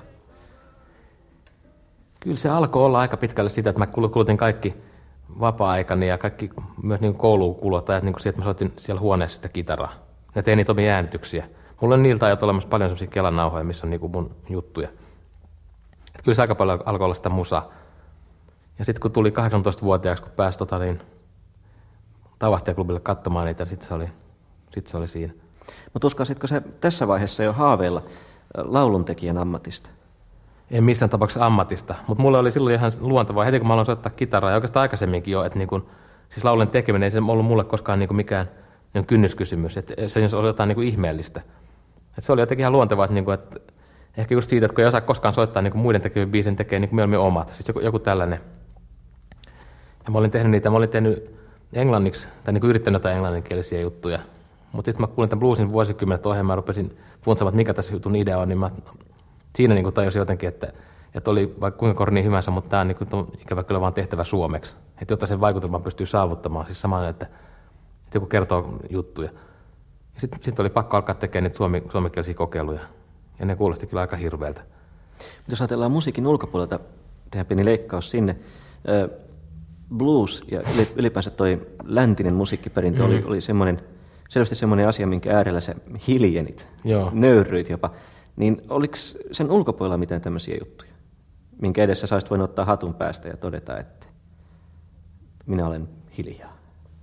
Kyllä se alkoi olla aika pitkälle sitä, että mä kulutin kaikki vapaa-aikani ja kaikki myös niin kouluun kuuluvat ajat niin siitä, että mä soitin siellä huoneessa sitä kitaraa. Ja tein niitä omia äänityksiä. Mulla on niiltä ajat olemassa paljon sellaisia kelanauhoja, missä on niin mun juttuja. Et kyllä se aika paljon alkoi olla sitä musaa. Ja sitten kun tuli kahdeksantoistavuotiaaksi, kun pääsi tota, niin, Tavahtijaklubille katsomaan niitä, sitten se oli, sit se oli siinä. Mutta uskalsitko se tässä vaiheessa jo haaveilla lauluntekijän ammatista? En missään tapauksessa ammatista, mutta mulle oli silloin ihan luontevaa, heti kun mä aloin soittaa kitaraa, ja oikeastaan aikaisemminkin jo, että niin kun, siis laulun tekeminen ei se ollut mulle koskaan niin mikään niin kynnyskysymys, että se oli jotain niin ihmeellistä. Et se oli jotenkin ihan luontevaa, että, niin että ehkä just siitä, että kun ei osaa koskaan soittaa niin muiden tekemien biisin, tekee niin mieluummin omat, siis joku, joku tällainen. Ja mä olin tehnyt niitä, mä olin tehnyt englanniksi, tai niin yrittänyt jotain englanninkielisiä juttuja, mutta sitten mä kuulin tämän bluesin vuosikymmenet ohjelmaa ja rupesin funtsamaan, että mikä tässä jutun idea on, niin mä siinä niin tajusin jotenkin, että, että oli vaikka kuinka korni hyvänsä, mutta tämä on niin ikävä kyllä vaan tehtävä suomeksi. Että jotta sen vaikutelman pystyy saavuttamaan, siis samalla, että, että joku kertoo juttuja. Ja sitten sit oli pakko alkaa tekemään niitä suomi, suomenkielisiä kokeiluja, ja ne kuulosti kyllä aika hirveältä. Jos ajatellaan musiikin ulkopuolelta, tehdään pieni leikkaus sinne. Blues ja ylipäänsä toi läntinen musiikkiperintö mm. oli, oli semmoinen, selvästi semmoinen asia, minkä äärellä sä hiljenit, Joo. nöyryit jopa. Niin oliko sen ulkopuolella mitään tämmöisiä juttuja, minkä edessä sä olisit voinut ottaa hatun päästä ja todeta, että minä olen hiljaa?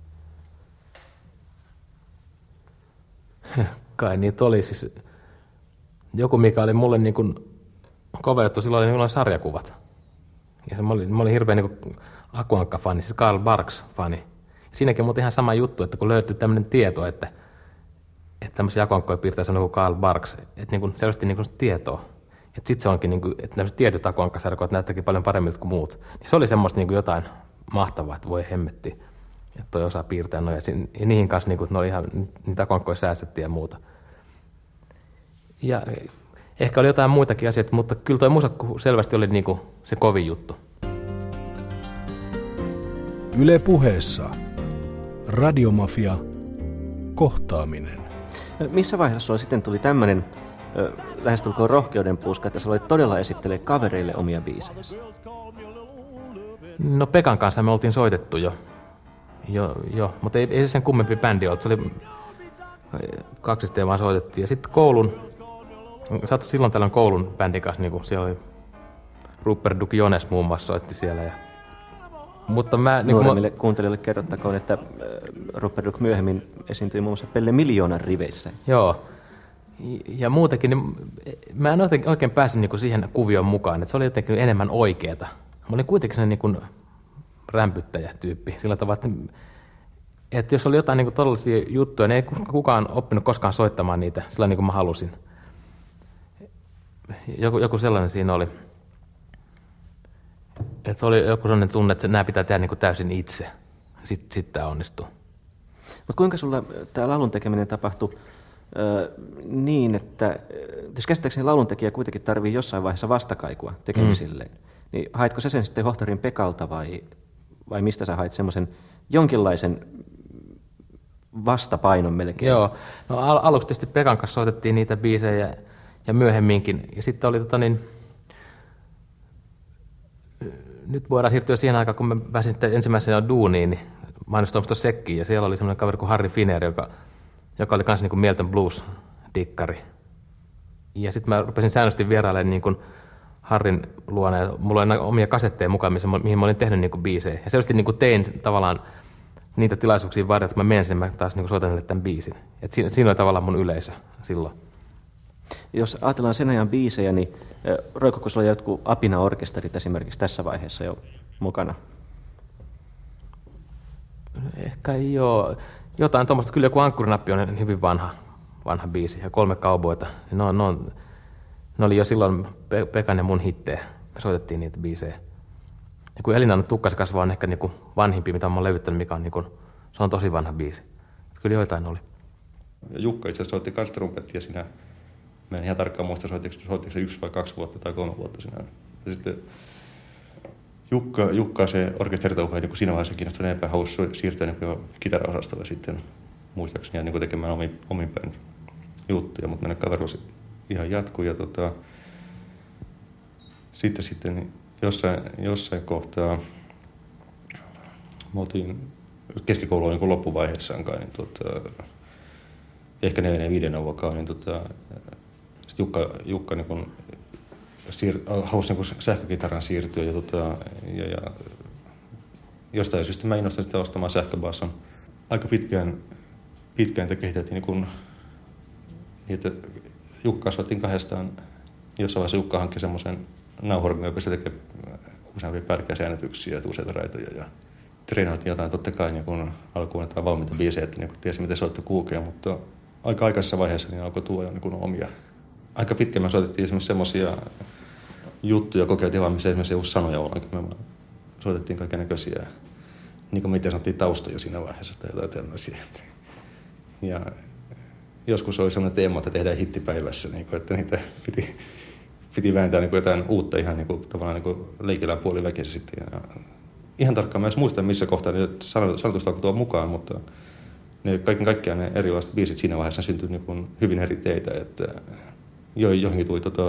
Kai niitä oli siis. Joku, mikä oli mulle niin kuin kova juttu, silloin oli niin sarjakuvat. Ja se, mä, olin, mä olin hirveän niin Akuankka-fani, siis Carl Barks-fani. Siinäkin on muuten ihan sama juttu, että kun löytyy tämmöinen tieto, että että tämmöisiä akuankkoja piirtää sanoa kuin Carl Barks, että niin kuin selvästi niin kuin tietoa. Että sitten se onkin, niin kuin, että tämmöiset tietyt akuankkasarkoit näyttääkin paljon paremmilta kuin muut. Ja se oli semmoista niin kuin jotain mahtavaa, että voi hemmetti, että toi osaa piirtää noja. Ja niihin kanssa niin kuin, ne oli ihan, niitä akuankkoja säästettiin ja muuta. Ja ehkä oli jotain muitakin asioita, mutta kyllä toi musakku selvästi oli niin kuin se kovin juttu. Yle Puheessa Radiomafia kohtaaminen. Missä vaiheessa sulla sitten tuli tämmöinen lähestulkoon rohkeuden puuska, että sä aloit todella esittelee kavereille omia biisejä? No Pekan kanssa me oltiin soitettu jo, jo, jo. mutta ei, ei se sen kummempi bändi ollut. Se oli kaksisteen vaan soitettiin. Ja sitten koulun, saattoi silloin tällöin koulun bändin kanssa, niin kuin siellä oli Rupert Duke Jones muun muassa soitti siellä. Ja mutta mä, niin nuoremmille mä kuuntelijoille kerrottakoon, että Rupert Duke myöhemmin esiintyi muun muassa Pelle Miljoonan riveissä. Joo. Ja muutenkin, niin mä en oikein päässyt niin siihen kuvioon mukaan, että se oli jotenkin enemmän oikeeta. Mä olin kuitenkin sellainen niin rämpyttäjä-tyyppi sillä tavalla, että että jos oli jotain niin kuin todellisia juttuja, niin ei kukaan oppinut koskaan soittamaan niitä sillä niin kuin mä halusin. Joku, joku sellainen siinä oli. Että oli joku sellainen tunne, että nämä pitää tehdä niin kuin täysin itse. Sitten sit tämä onnistuu. Mutta kuinka sulla tämä laulun tekeminen tapahtui ö, niin, että jos käsittääkseni lauluntekijä kuitenkin tarvii jossain vaiheessa vastakaikua tekemisilleen, mm. niin haitko sä sen sitten Hohtarin Pekalta vai, vai mistä sä hait semmoisen jonkinlaisen vastapainon melkein? Joo, no al- aluksi tietysti Pekan kanssa soitettiin niitä biisejä ja myöhemminkin. Ja sitten oli tota niin, nyt voidaan siirtyä siihen aikaan, kun mä pääsin sitten ensimmäisenä duuniin, niin mainostoimisto Sekkiin, ja siellä oli semmoinen kaveri kuin Harri Finer, joka, joka oli kanssa niin kuin Mielten Blues-dikkari. Ja sitten mä rupesin säännöllisesti vierailemaan niin kuin Harrin luona, ja mulla oli omia kasetteja mukaan, mihin mä olin tehnyt niin kuin biisejä. Ja selvästi niin kuin tein tavallaan niitä tilaisuuksia varten, että mä menen sinne, mä taas niin kuin soitan niille tämän biisin. Et siinä, siinä oli tavallaan mun yleisö silloin. Jos ajatellaan sen ajan biisejä, niin roikkuuko sulla jotkut apina-orkesterit esimerkiksi tässä vaiheessa jo mukana? Ehkä ei ole. Jotain tuommoista, kyllä joku Ankkurinappi on hyvin vanha, vanha biisi, ja Kolme kauboita. Ne, on, ne, on, ne oli jo silloin Pe- Pekan ja mun hittejä, me soitettiin niitä biisejä. Ja kun Elina Tukkas kasvaa on ehkä niinku vanhimpi, mitä mä oon levyttänyt, mikä on, niinku, se on tosi vanha biisi. Kyllä joitain oli. Jukka itse asiassa soitti kans trumpettia siinä. Mä en ihan tarkkaan muista, soittiko, soittiko se yksi vai kaksi vuotta tai kolme vuotta siinä. Ja sitten Jukka, Jukka se orkesteritauha niin siinä vaiheessa kiinnostunut enempää, halusi siirtyä niin kitaraosastolle sitten muistaakseni ja niin tekemään omin, omin päin juttuja, mutta meidän kaveruus ihan jatkui. Ja tota, sitten, sitten jossain, jossain kohtaa me oltiin keskikoulua niin loppuvaiheessaankaan, niin tota, ehkä neljän ja viiden vuokaan, niin tota, Jukka, Jukka niin kun siir- halusi niin sähkökitaran siirtyä ja, tota, ja, ja jostain syystä mä innostuin sitten ostamaan sähköbasson. Aika pitkään, pitkään kehitettiin niin kun, niin, että Jukkaa soittiin kahdestaan. Jossain vaiheessa Jukka hankki semmoisen nauhurimen, joka pystyi tekemään useampia pärkäisäänetyksiä ja useita raitoja. Ja treenailtiin jotain totta kai niin kun alkuun jotain valmiita biisejä, että niin tiesi miten soitto kulkee, mutta aika aikaisessa vaiheessa niin alkoi tuoda niin omia. Aika pitkään me soitettiin esimerkiksi semmoisia juttuja, kokeiltiin vaan, missä esimerkiksi ei ollut sanoja ollenkaan. Me soitettiin kaikennäköisiä, niin kuin miten sanottiin, taustoja siinä vaiheessa tai jotain tämmöisiä. Ja joskus oli sellainen teema, että tehdään hittipäivässä, niin kuin, että niitä piti, piti vääntää niin kuin jotain uutta ihan niin kuin, tavallaan niin kuin leikillään puoliväkissä sitten. Ja ihan tarkkaan mä en muista, missä kohtaa ne sanotusta alkoi tuoda mukaan, mutta ne, kaiken kaikkiaan ne erilaiset biisit siinä vaiheessa syntyi niin kuin hyvin eri teitä, että johonkin tuli tota,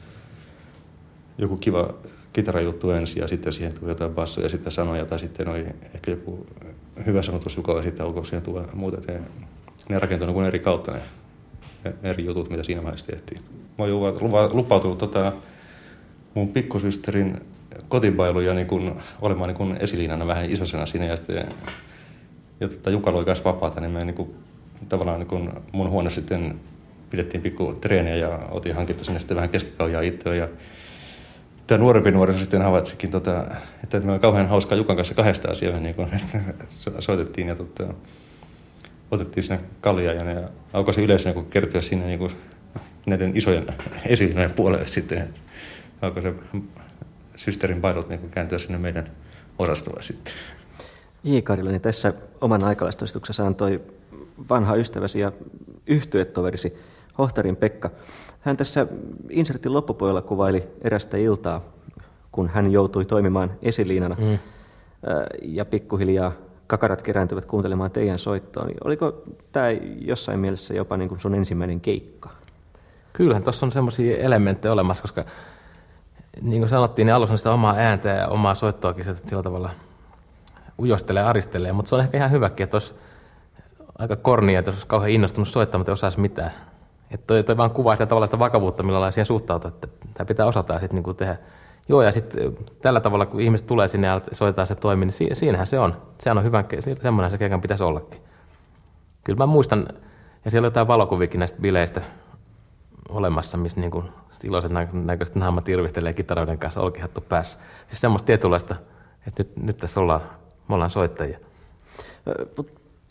joku kiva kitarajuttu ensin ja sitten siihen tuli jotain bassoja ja sitten sanoja tai sitten oli ehkä joku hyvä sanotus Jukolla ja sitten alkoi siihen tulla muuta. Ne, ne rakentuivat niin eri kautta ne eri jutut, mitä siinä vaiheessa tehtiin. Mä oon lupautunut tota, mun pikkusysterin kotibailuja niin kun, olemaan niin kun esiliinana vähän isosena siinä ja sitten ja tota, Jukalla oli myös vapaata, niin me niin kun, tavallaan niin kun mun huone sitten pidettiin pikku treeniä ja oltiin hankittu sinne sitten vähän keskikaljaa itseä. Ja tämä nuorempi nuoriso sitten havaitsikin, tota, että me oli kauhean hauskaa Jukan kanssa kahdesta asioihin, niin kun, soitettiin ja tota, otettiin sinne kaljaa ja ne alkoi se yleisö niin kertyä sinne niin näiden isojen esiliinojen puolelle sitten. Että alkoi se systerin bailut niin kääntyä sinne meidän osastolle sitten. J. Karilani tässä oman aikalaistoistuksessa antoi vanha ystäväsi ja yhtyeetoverisi Hohtarin Pekka. Hän tässä insertin loppupuolella kuvaili erästä iltaa, kun hän joutui toimimaan esiliinana mm. ja pikkuhiljaa kakarat kerääntyvät kuuntelemaan teidän soittoon. Oliko tämä jossain mielessä jopa niin kuin sun ensimmäinen keikka? Kyllähän tuossa on semmoisia elementtejä olemassa, koska niin kuin sanottiin, niin alussa on sitä omaa ääntä ja omaa soittoakin sillä tavalla ujostelee, aristelee, mutta se on ehkä ihan hyväkin, että olisi aika kornia, että olisi kauhean innostunut soittamaan, mutta ei osaisi mitään. Että toi, toi vaan kuvaa sitä tavallaan sitä vakavuutta, millä lailla siihen suhtautua, että tämä pitää osata ja sitten niin kuin tehdä. Joo, ja sitten tällä tavalla, kun ihmiset tulee sinne ja soitetaan se toimii, niin si- siinähän se on. Sehän on hyvä, semmoinen se keikan pitäisi ollakin. Kyllä mä muistan, ja siellä on jotain valokuviakin näistä bileistä olemassa, missä niin kuin iloiset näköiset naamat irvistelee kitaroiden kanssa olkihattu päässä. Siis semmoista tietynlaista, että nyt, nyt tässä ollaan, me ollaan soittajia.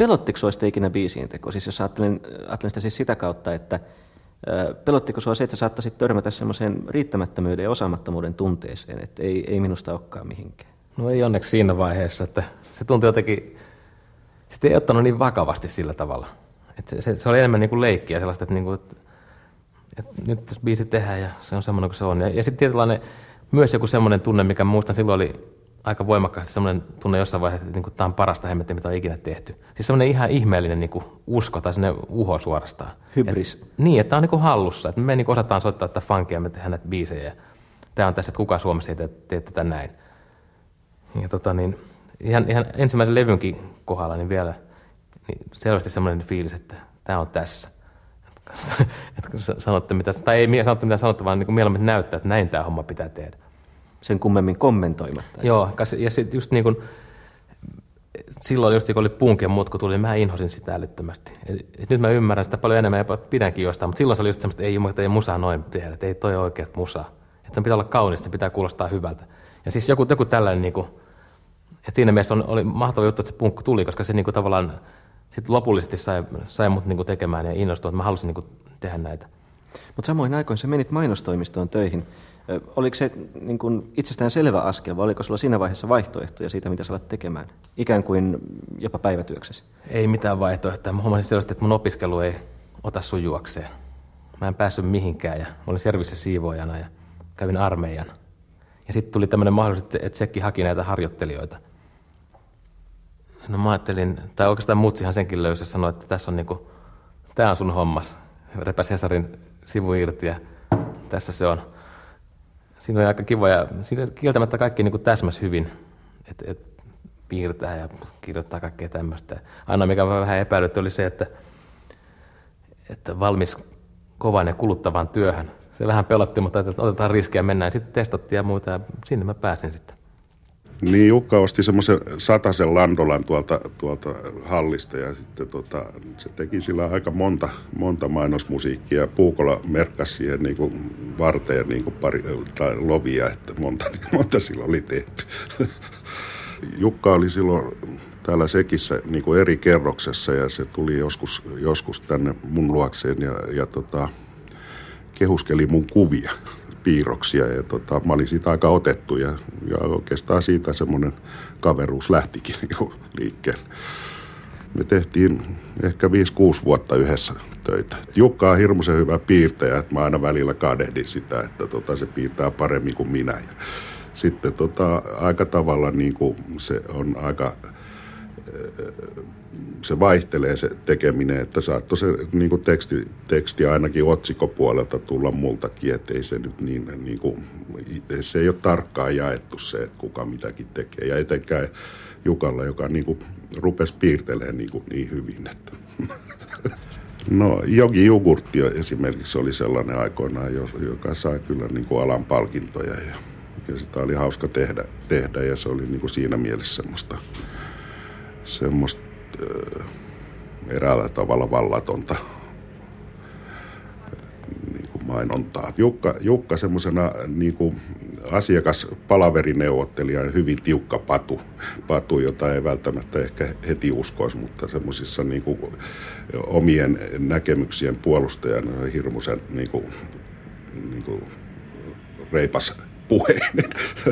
pelottiko sinua sitten ikinä biisiin teko? Siis jos ajattelen, ajattelen sitä siis sitä kautta, että ää, pelottiko sinua se, että sä saattaisit törmätä semmoiseen riittämättömyyden ja osaamattomuuden tunteeseen, että ei, ei minusta olekaan mihinkään? No ei onneksi siinä vaiheessa, että se tuntui jotenkin, sitä ei ottanut niin vakavasti sillä tavalla. Että se, se, se oli enemmän niin kuin leikkiä sellaista, että, niin kuin, että, että nyt tässä biisi tehdään ja se on semmoinen kuin se on. Ja, ja sitten tietynlainen myös joku semmoinen tunne, mikä muistan silloin oli aika voimakkaasti semmoinen tunne jossain vaiheessa, että, että tämä on parasta hemmettiä, mitä on ikinä tehty. Siis semmoinen ihan ihmeellinen niin kuin usko tai semmoinen uho suorastaan. Hybris. Et, niin, että tämä on niin kuin hallussa. Että me niin kuin osataan soittaa tätä funkia ja me tehdään näitä biisejä. Tämä on tässä, että kukaan Suomessa ei tee, tee tätä näin. Ja tota niin, ihan, ihan ensimmäisen levynkin kohdalla niin vielä niin selvästi semmoinen fiilis, että tämä on tässä. Että sanotte mitä, tai ei sanottu mitä sanotte, vaan niin mieluummin näyttää, että näin tämä homma pitää tehdä. Sen kummemmin kommentoimatta. Joo, ja sitten just niin kuin, silloin just kun oli punk ja muut, kun tuli, niin mä inhosin sitä älyttömästi. Et, et nyt mä ymmärrän sitä paljon enemmän ja pidänkin jostain, mutta silloin se oli just semmoista, että ei jumala, ei musaa noin tehdä, että ei toi ole oikeat musaa. Että sen pitää olla kaunista, se pitää kuulostaa hyvältä. Ja siis joku, joku tällainen, niin kuin, että siinä mielessä on, oli mahtava juttu, että se punk tuli, koska se niin kuin, tavallaan sit lopullisesti sai, sai mut niin kuin, tekemään ja innostua, että mä halusin niin kuin, tehdä näitä. Mutta samoin aikoin sä menit mainostoimistoon töihin. Oliko se niin kuin itsestään selvä askel vai oliko sulla siinä vaiheessa vaihtoehtoja siitä, mitä sä alat tekemään? Ikään kuin jopa päivätyöksesi? Ei mitään vaihtoehtoja. Mä huomasin selvästi, että mun opiskelu ei ota sujuakseen. Mä en päässyt mihinkään ja olin servissä siivoojana ja kävin armeijan. Ja sitten tuli tämmöinen mahdollisuus, että Tsekki haki näitä harjoittelijoita. No mä ajattelin, tai oikeastaan mutsihan senkin löysi ja sanoi, että tässä on niinku, tää on sun hommas. Repäs Hesarin sivu irti ja tässä se on. Siinä oli aika kiva ja siinä kieltämättä kaikki niin kuin täsmäsi hyvin, että et piirtää ja kirjoittaa kaikkea tämmöistä. Ainoa mikä vähän epäilytti oli se, että, että valmis kovan ja kuluttavan työhön. Se vähän pelotti, mutta että otetaan riskiä ja mennään. Sitten testattiin ja muuta ja sinne mä pääsin sitten. Niin, Jukka osti semmoisen sataisen landolan tuolta, tuolta hallista ja sitten tota, se teki sillä aika monta, monta mainosmusiikkia. Puukola merkkasi siihen niin kuin varteen niin kuin pari, tai lovia, että monta, monta sillä oli tehty. Jukka oli silloin täällä Sekissä niin kuin eri kerroksessa ja se tuli joskus, joskus tänne mun luokseen ja, ja tota, kehuskeli mun kuvia. Piirroksia ja tota, mä olin siitä aika otettu ja, ja oikeastaan siitä semmoinen kaveruus lähtikin liikkeelle. Me tehtiin ehkä viisi kuusi vuotta yhdessä töitä. Jukka on hirmuisen hyvä piirtäjä, että mä aina välillä kadehdin sitä, että tota, se piirtää paremmin kuin minä. Ja sitten tota, aika tavalla niin kuin se on aika... Se vaihtelee se tekeminen, että saattoi se niin kuin teksti, teksti ainakin otsikopuolelta tulla multakin, ettei se nyt niin, niin kuin, se ei ole tarkkaan jaettu se, että kuka mitäkin tekee. Ja etenkään Jukalla, joka niin kuin rupesi piirtelemään niin, kuin niin hyvin. Että. No Jogi Jogurtti esimerkiksi oli sellainen aikoinaan, joka sai kyllä niin kuin alan palkintoja ja, ja sitä oli hauska tehdä, tehdä ja se oli niin kuin siinä mielessä semmoista, semmoista eräällä tavalla vallatonta niin kuin mainontaa. Jukka, Jukka semmoisena niin kuin asiakaspalaverinaeuvottelijana hyvin tiukka patu, patu, jota ei välttämättä ehkä heti uskoisi, mutta semmoisissa niin kuin omien näkemyksien puolustajana hirmuisen niin kuin, niin kuin reipas puheinen.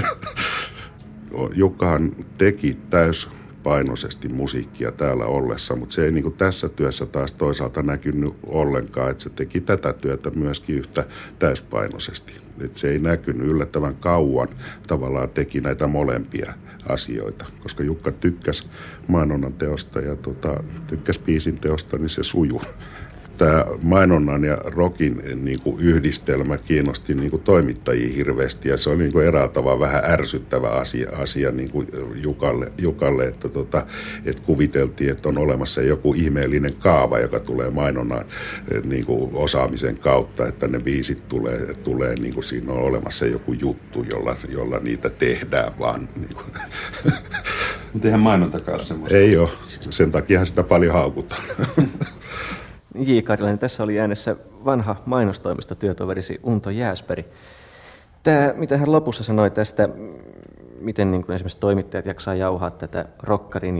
Jukkahan teki täys painoisesti musiikkia täällä ollessa, mutta se ei niin kuin tässä työssä taas toisaalta näkynyt ollenkaan, että se teki tätä työtä myöskin yhtä täyspainoisesti. Että se ei näkynyt yllättävän kauan, tavallaan teki näitä molempia asioita, koska Jukka tykkäsi mainonnan teosta ja tota, tykkäsi biisin teosta, niin se sujuu. Tämä mainonnan ja rockin niin kuin yhdistelmä kiinnosti niin kuin toimittajia hirveästi ja se oli niin kuin eräällä tavalla vähän ärsyttävä asia, asia niin kuin Jukalle, Jukalle että, tota, että kuviteltiin, että on olemassa joku ihmeellinen kaava, joka tulee mainonnan niin kuin osaamisen kautta, että ne biisit tulee, tulee niin kuin siinä on olemassa joku juttu, jolla, jolla niitä tehdään vaan. Niin kuin. Mutta eihän mainontakaan semmoista. Ei ole, sen takiahan sitä paljon haukutaan. J. Karilainen, tässä oli äänessä vanha mainostoimistotyötoverisi Unto Jääsberg. Tämä, mitä hän lopussa sanoi tästä, miten niin kuin esimerkiksi toimittajat jaksaa jauhaa tätä rokkarin ja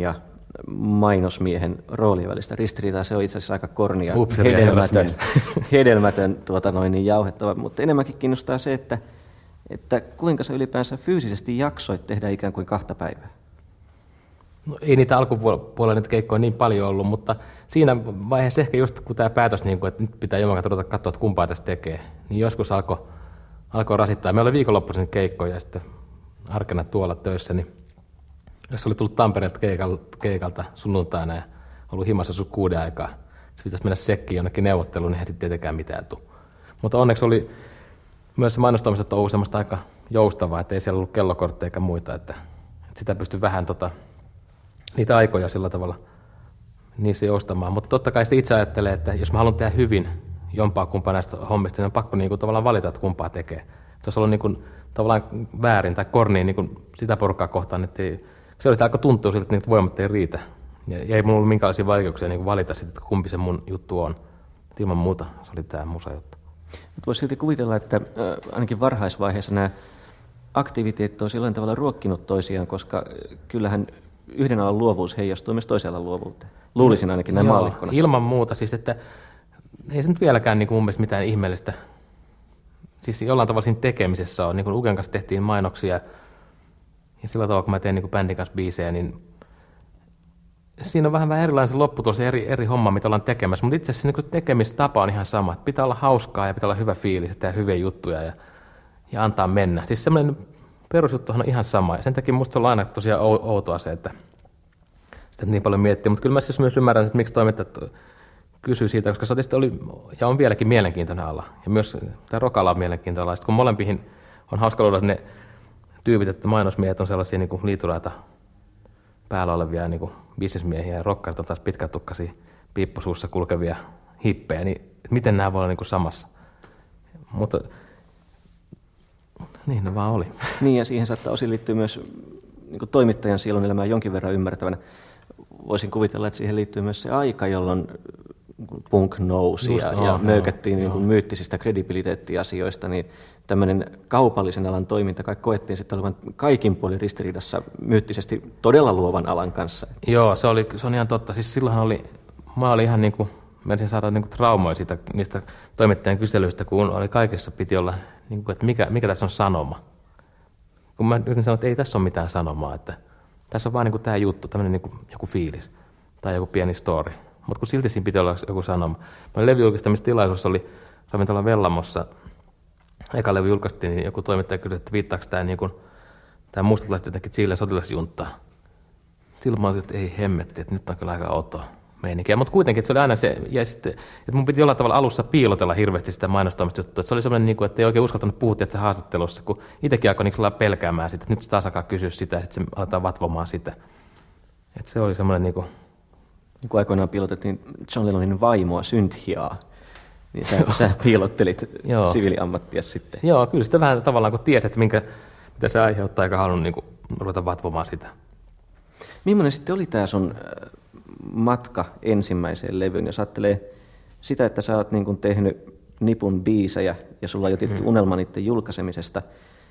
mainosmiehen roolien välistä ristiriitaa. Se on itse asiassa aika kornia, Upseri hedelmätön, hedelmätön tuota noin, niin jauhettava. Mutta enemmänkin kiinnostaa se, että, että kuinka sä ylipäänsä fyysisesti jaksoit tehdä ikään kuin kahta päivää. No, ei niitä alkupuolella niitä keikkoja niin paljon ollut, mutta siinä vaiheessa ehkä just kun tämä päätös, niin kun, että nyt pitää jonkun ruveta katsoa, että kumpaa tästä tekee, niin joskus alkoi alko rasittaa. Meillä oli viikonloppuisin keikkoja ja sitten arkena tuolla töissä, niin jos oli tullut Tampereelta keikalta, keikalta sunnuntaina ja ollut himassa sun kuuden aikaa, se pitäisi mennä sekkiin jonnekin neuvotteluun, niin eihän sitten tietenkään mitään tule. Mutta onneksi oli myös se mainostoimisto ollut semmoista aika joustavaa, että ei siellä ollut kellokortteja eikä muita, että, että sitä pystyi vähän tota, niitä aikoja sillä tavalla niissä joustamaan. Mutta totta kai sitten itse ajattelee, että jos mä haluan tehdä hyvin jompaa kumpaa näistä hommista, niin on pakko niin kuin tavallaan valita, että kumpaa tekee. Se olisi ollut niin kuin, tavallaan väärin tai korniin niin kuin sitä porukkaa kohtaan, että ei, se olisi aika tuntuu siltä, että niitä voimat ei riitä. Ja, ja ei mulla ollut minkälaisia vaikeuksia niin kuin valita sitten, että kumpi se mun juttu on. Et ilman muuta se oli tämä musajuttu. Voisi silti kuvitella, että äh, ainakin varhaisvaiheessa nämä aktiviteetit on silloin tavalla ruokkinut toisiaan, koska kyllähän yhden alan luovuus heijastuu myös toisella alan luovuuteen. Luulisin ainakin näin maallikkona. Ilman muuta siis, että ei se nyt vieläkään niin kuin mun mielestä mitään ihmeellistä. Siis jollain tavalla siinä tekemisessä on. Niin kuin Uken kanssa tehtiin mainoksia ja sillä tavalla, kun mä teen niin kuin bändin kanssa biisejä, niin siinä on vähän, vähän erilainen se lopputulos ja eri, eri homma, mitä ollaan tekemässä. Mutta itse asiassa niin kuin tekemistapa on ihan sama. Että pitää olla hauskaa ja pitää olla hyvä fiilis ja tehdä hyviä juttuja ja, ja antaa mennä. Siis semmoinen perusjuttuhan on ihan sama. Ja sen takia musta on aina tosiaan outoa se, että sitä niin paljon miettii. Mutta kyllä mä siis myös ymmärrän, että miksi toimittajat kysyy siitä, koska se tietysti oli ja on vieläkin mielenkiintoinen ala. Ja myös tämä rock-ala on mielenkiintoinen ala. Sitten kun molempiin on hauska luoda ne tyypit, että mainosmiehet on sellaisia niin kuin liituraita päällä olevia niin kuin bisnesmiehiä ja rockarit on taas pitkätukkaisia piippusuussa kulkevia hippejä, niin miten nämä voi olla niin kuin samassa? Mutta niin ne vaan oli. Niin ja siihen saattaa osin liittyä myös niin kuin toimittajan sielun elämää jonkin verran ymmärtävänä. Voisin kuvitella, että siihen liittyy myös se aika, jolloin punk nousi Just, ja, oh, ja möykättiin oh, niin kuin myyttisistä kredibiliteettiasioista, niin tämmöinen kaupallisen alan toiminta kai koettiin sitten olevan kaikin puolin ristiriidassa myyttisesti todella luovan alan kanssa. Joo, se, oli, se on ihan totta. Siis silloinhan oli, mä olin ihan niin kuin, mä ensin saada niin kuin traumoja siitä, niistä toimittajan kyselyistä, kun oli kaikessa piti olla, niin kuin, että mikä, mikä tässä on sanoma. Kun mä yritin sanoa, että ei tässä ole mitään sanomaa, että tässä on vaan niin kuin tämä juttu, tämmöinen niin kuin joku fiilis tai joku pieni story. Mutta kun silti siinä piti olla joku sanoma. Mä levyjulkistamistilaisuus oli ravintola Vellamossa. Eka levy julkaistiin, niin joku toimittaja kysyi, että viittaako tämä niin mustatlaista jotenkin Chilen sotilasjunttaa. Silloin mä olin, että ei hemmetti, että nyt on kyllä aika outoa meininkiä. Mutta kuitenkin, että se oli aina se, ja sitten, että mun piti jollain tavalla alussa piilotella hirveästi sitä mainostoimista juttua. Että se oli semmoinen, niin kuin, että ei oikein uskaltanut puhua se haastattelussa, kun itsekin alkoi niin pelkäämään sitä, että nyt se taas alkaa kysyä sitä, ja sitten se aletaan vatvomaan sitä. Että se oli semmoinen niin kuin Niin kuin aikoinaan piilotettiin John Lennonin vaimoa Synthiaa, niin sä, sä piilottelit siviiliammattias sitten. Joo, kyllä sitä vähän tavallaan kun tiesit, että minkä, mitä se aiheuttaa, eikä halunnut niin kuin ruveta vatvomaan sitä. Millainen sitten oli tämä sun matka ensimmäiseen levyyn, jos ajattelee sitä, että sä oot niin kuin tehnyt nipun biisejä ja sulla on jo tietty mm. unelma niiden julkaisemisesta,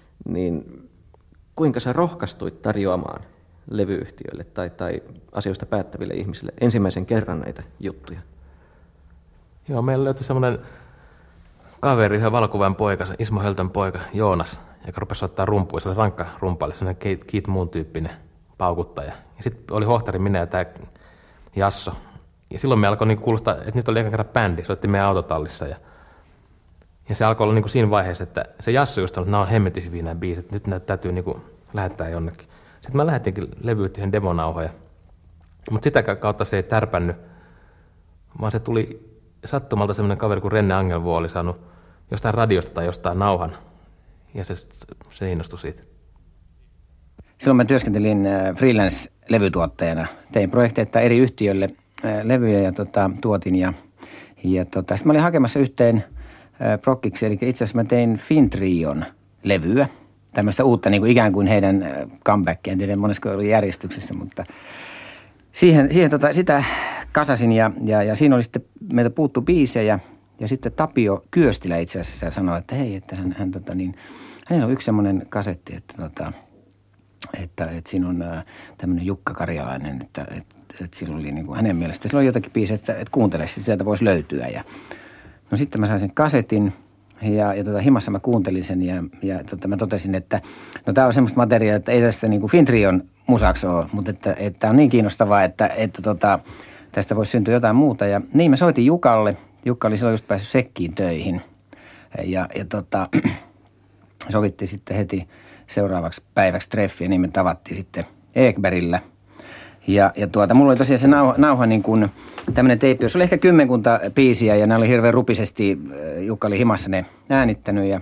niin kuinka sä rohkaistuit tarjoamaan levyyhtiöille tai, tai asioista päättäville ihmisille ensimmäisen kerran näitä juttuja? Joo, meillä löytyi semmoinen kaveri, ihan valokuvan poika, Ismo Höltön poika, Joonas, joka rupesi soittaa rumpuja. Se oli rankka rumpaille, semmoinen Keith Moon-tyyppinen paukuttaja. Ja sitten oli hohtari minä ja tämä Jasso. Ja silloin me alkoi niinku kuulostaa, että nyt oli ekan kerran bändi, soitti meidän autotallissa. Ja, ja se alkoi olla niinku siinä vaiheessa, että se Jasso just sanoi, että nämä on hemmetin hyviä nämä biisit, nyt näitä täytyy niinku lähettää jonnekin. Sitten mä lähetinkin levyyhtiön demonauhoja, mutta sitä kautta se ei tärpännyt, vaan se tuli sattumalta semmoinen kaveri kuin Renne Angelvo oli saanut jostain radiosta tai jostain nauhan, ja se, se innostui siitä. Silloin mä työskentelin freelance-levytuottajana. Tein projekteita eri yhtiöille levyjä ja tota, tuotin, ja, ja tota, sitten mä olin hakemassa yhteen prokkiksi, eli itse asiassa mä tein Fintrion levyä. Tämmöistä uutta niin kuin ikään kuin heidän comebackia, en tiedä monesko oli järjestyksessä, mutta siihen, siihen tota, sitä kasasin ja, ja, ja siinä oli sitten, meiltä puuttu biisejä ja sitten Tapio Kyöstilä itse asiassa sanoi, että hei, että hän, hän tota niin, hänellä on yksi semmoinen kasetti, että tota, että, että siinä on tämmöinen Jukka Karjalainen, että, että, että sillä oli niin kuin hänen mielestään, sillä oli jotakin biisejä, että, että kuuntele, sieltä voisi löytyä. Ja, no sitten mä sain sen kasetin ja, ja tota, himassa mä kuuntelin sen ja, ja tota, mä totesin, että no tää on semmoista materiaalia, että ei tästä niin kuin Fintrion musaksi ole, mutta että, että on niin kiinnostavaa, että, että tota, tästä voisi syntyä jotain muuta. Ja niin mä soitin Jukalle. Jukka oli silloin just päässyt Sekkiin töihin ja, ja tota, sovittiin sitten heti seuraavaksi päiväksi treffiä, niin me tavattiin sitten Ekbergillä. Ja, ja tuota, mulla oli tosiaan se nauha, nauha niin kuin tämmöinen teippi, jossa oli ehkä kymmenkunta biisiä ja nämä oli hirveän rupisesti, Jukka oli himassa ne äänittänyt ja,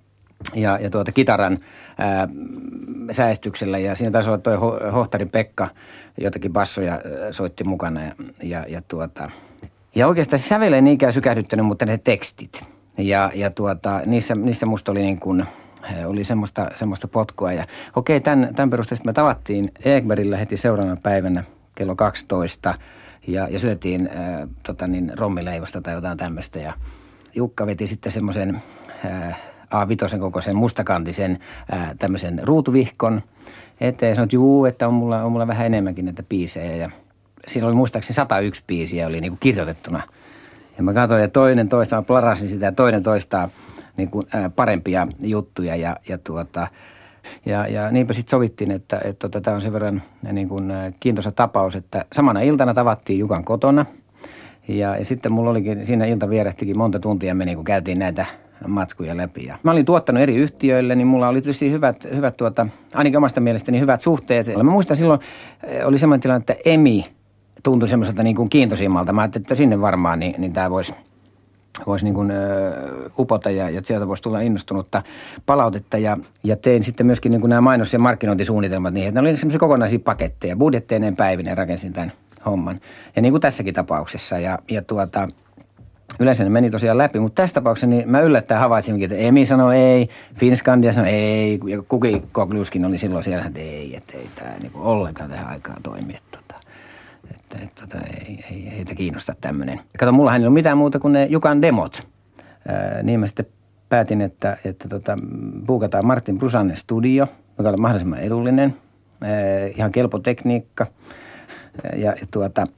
ja, ja tuota kitaran ää, säästyksellä ja siinä taisi olla toi Hohtarin Pekka, jotakin bassoja soitti mukana ja, ja, ja tuota, ja oikeastaan se sävel ei niinkään sykähdyttänyt, mutta ne tekstit ja, ja tuota, niissä, niissä musta oli niin kuin oli semmoista, semmoista potkua ja okei, tämän, tämän perusteella me tavattiin Ekbergillä heti seuraavana päivänä kello kaksitoista ja, ja syötiin äh, tota niin, rommileivosta tai jotain tämmöistä ja Jukka veti sitten semmoisen äh, A viisi kokoisen mustakantisen äh, tämmöisen ruutuvihkon eteen. Sanoin, että juu, että on mulla, on mulla vähän enemmänkin näitä biisejä ja siinä oli muistaakseni sata yksi biisiä oli niinku kirjoitettuna ja mä katsoin ja toinen toista, mä plarasin sitä ja toinen toistaa niin kuin, ää, parempia juttuja ja, ja, tuota, ja, ja niinpä sitten sovittiin, että tämä että, että on sen verran niin kuin, ää, kiintoisa tapaus, että samana iltana tavattiin Jukan kotona ja, ja sitten mulla olikin, siinä ilta vierehtikin monta tuntia meni, kun käytiin näitä matskuja läpi. Ja mä olin tuottanut eri yhtiöille, niin mulla oli tietysti hyvät, hyvät tuota, ainakin omasta mielestäni hyvät suhteet. Mä muistan silloin, oli semmoinen tilanne, että Emi tuntui semmoiselta niin kuin kiintoisimmalta. Mä ajattelin, että sinne varmaan niin, niin tämä voisi voisi niin kuin, ö, upota ja, ja sieltä voisi tulla innostunutta palautetta. Ja, ja tein sitten myöskin niin kuin nämä mainos- ja markkinointisuunnitelmat niin, että ne oli semmoisia kokonaisia paketteja. Budjetteineen päivineen rakensin tämän homman. Ja niin kuin tässäkin tapauksessa. Ja, ja tuota, yleensä ne meni tosiaan läpi, mutta tässä tapauksessa niin mä yllättäen havaitsinkin, että Emi sanoi ei, Finskandia sanoi ei, ja Kuki Kokluskin oli silloin siellä, että ei, että ei tämä niin kuin ollenkaan tähän aikaan toimi. Että, että, että, että ei, ei heitä kiinnosta tämmöinen. Kato, mullahan ei ole mitään muuta kuin ne Jukan demot. Ää, niin mä sitten päätin, että, että tota, buukataan Martin Brusanen studio, joka oli mahdollisimman edullinen, ää, ihan kelpo tekniikka. Ja, ja, tuota,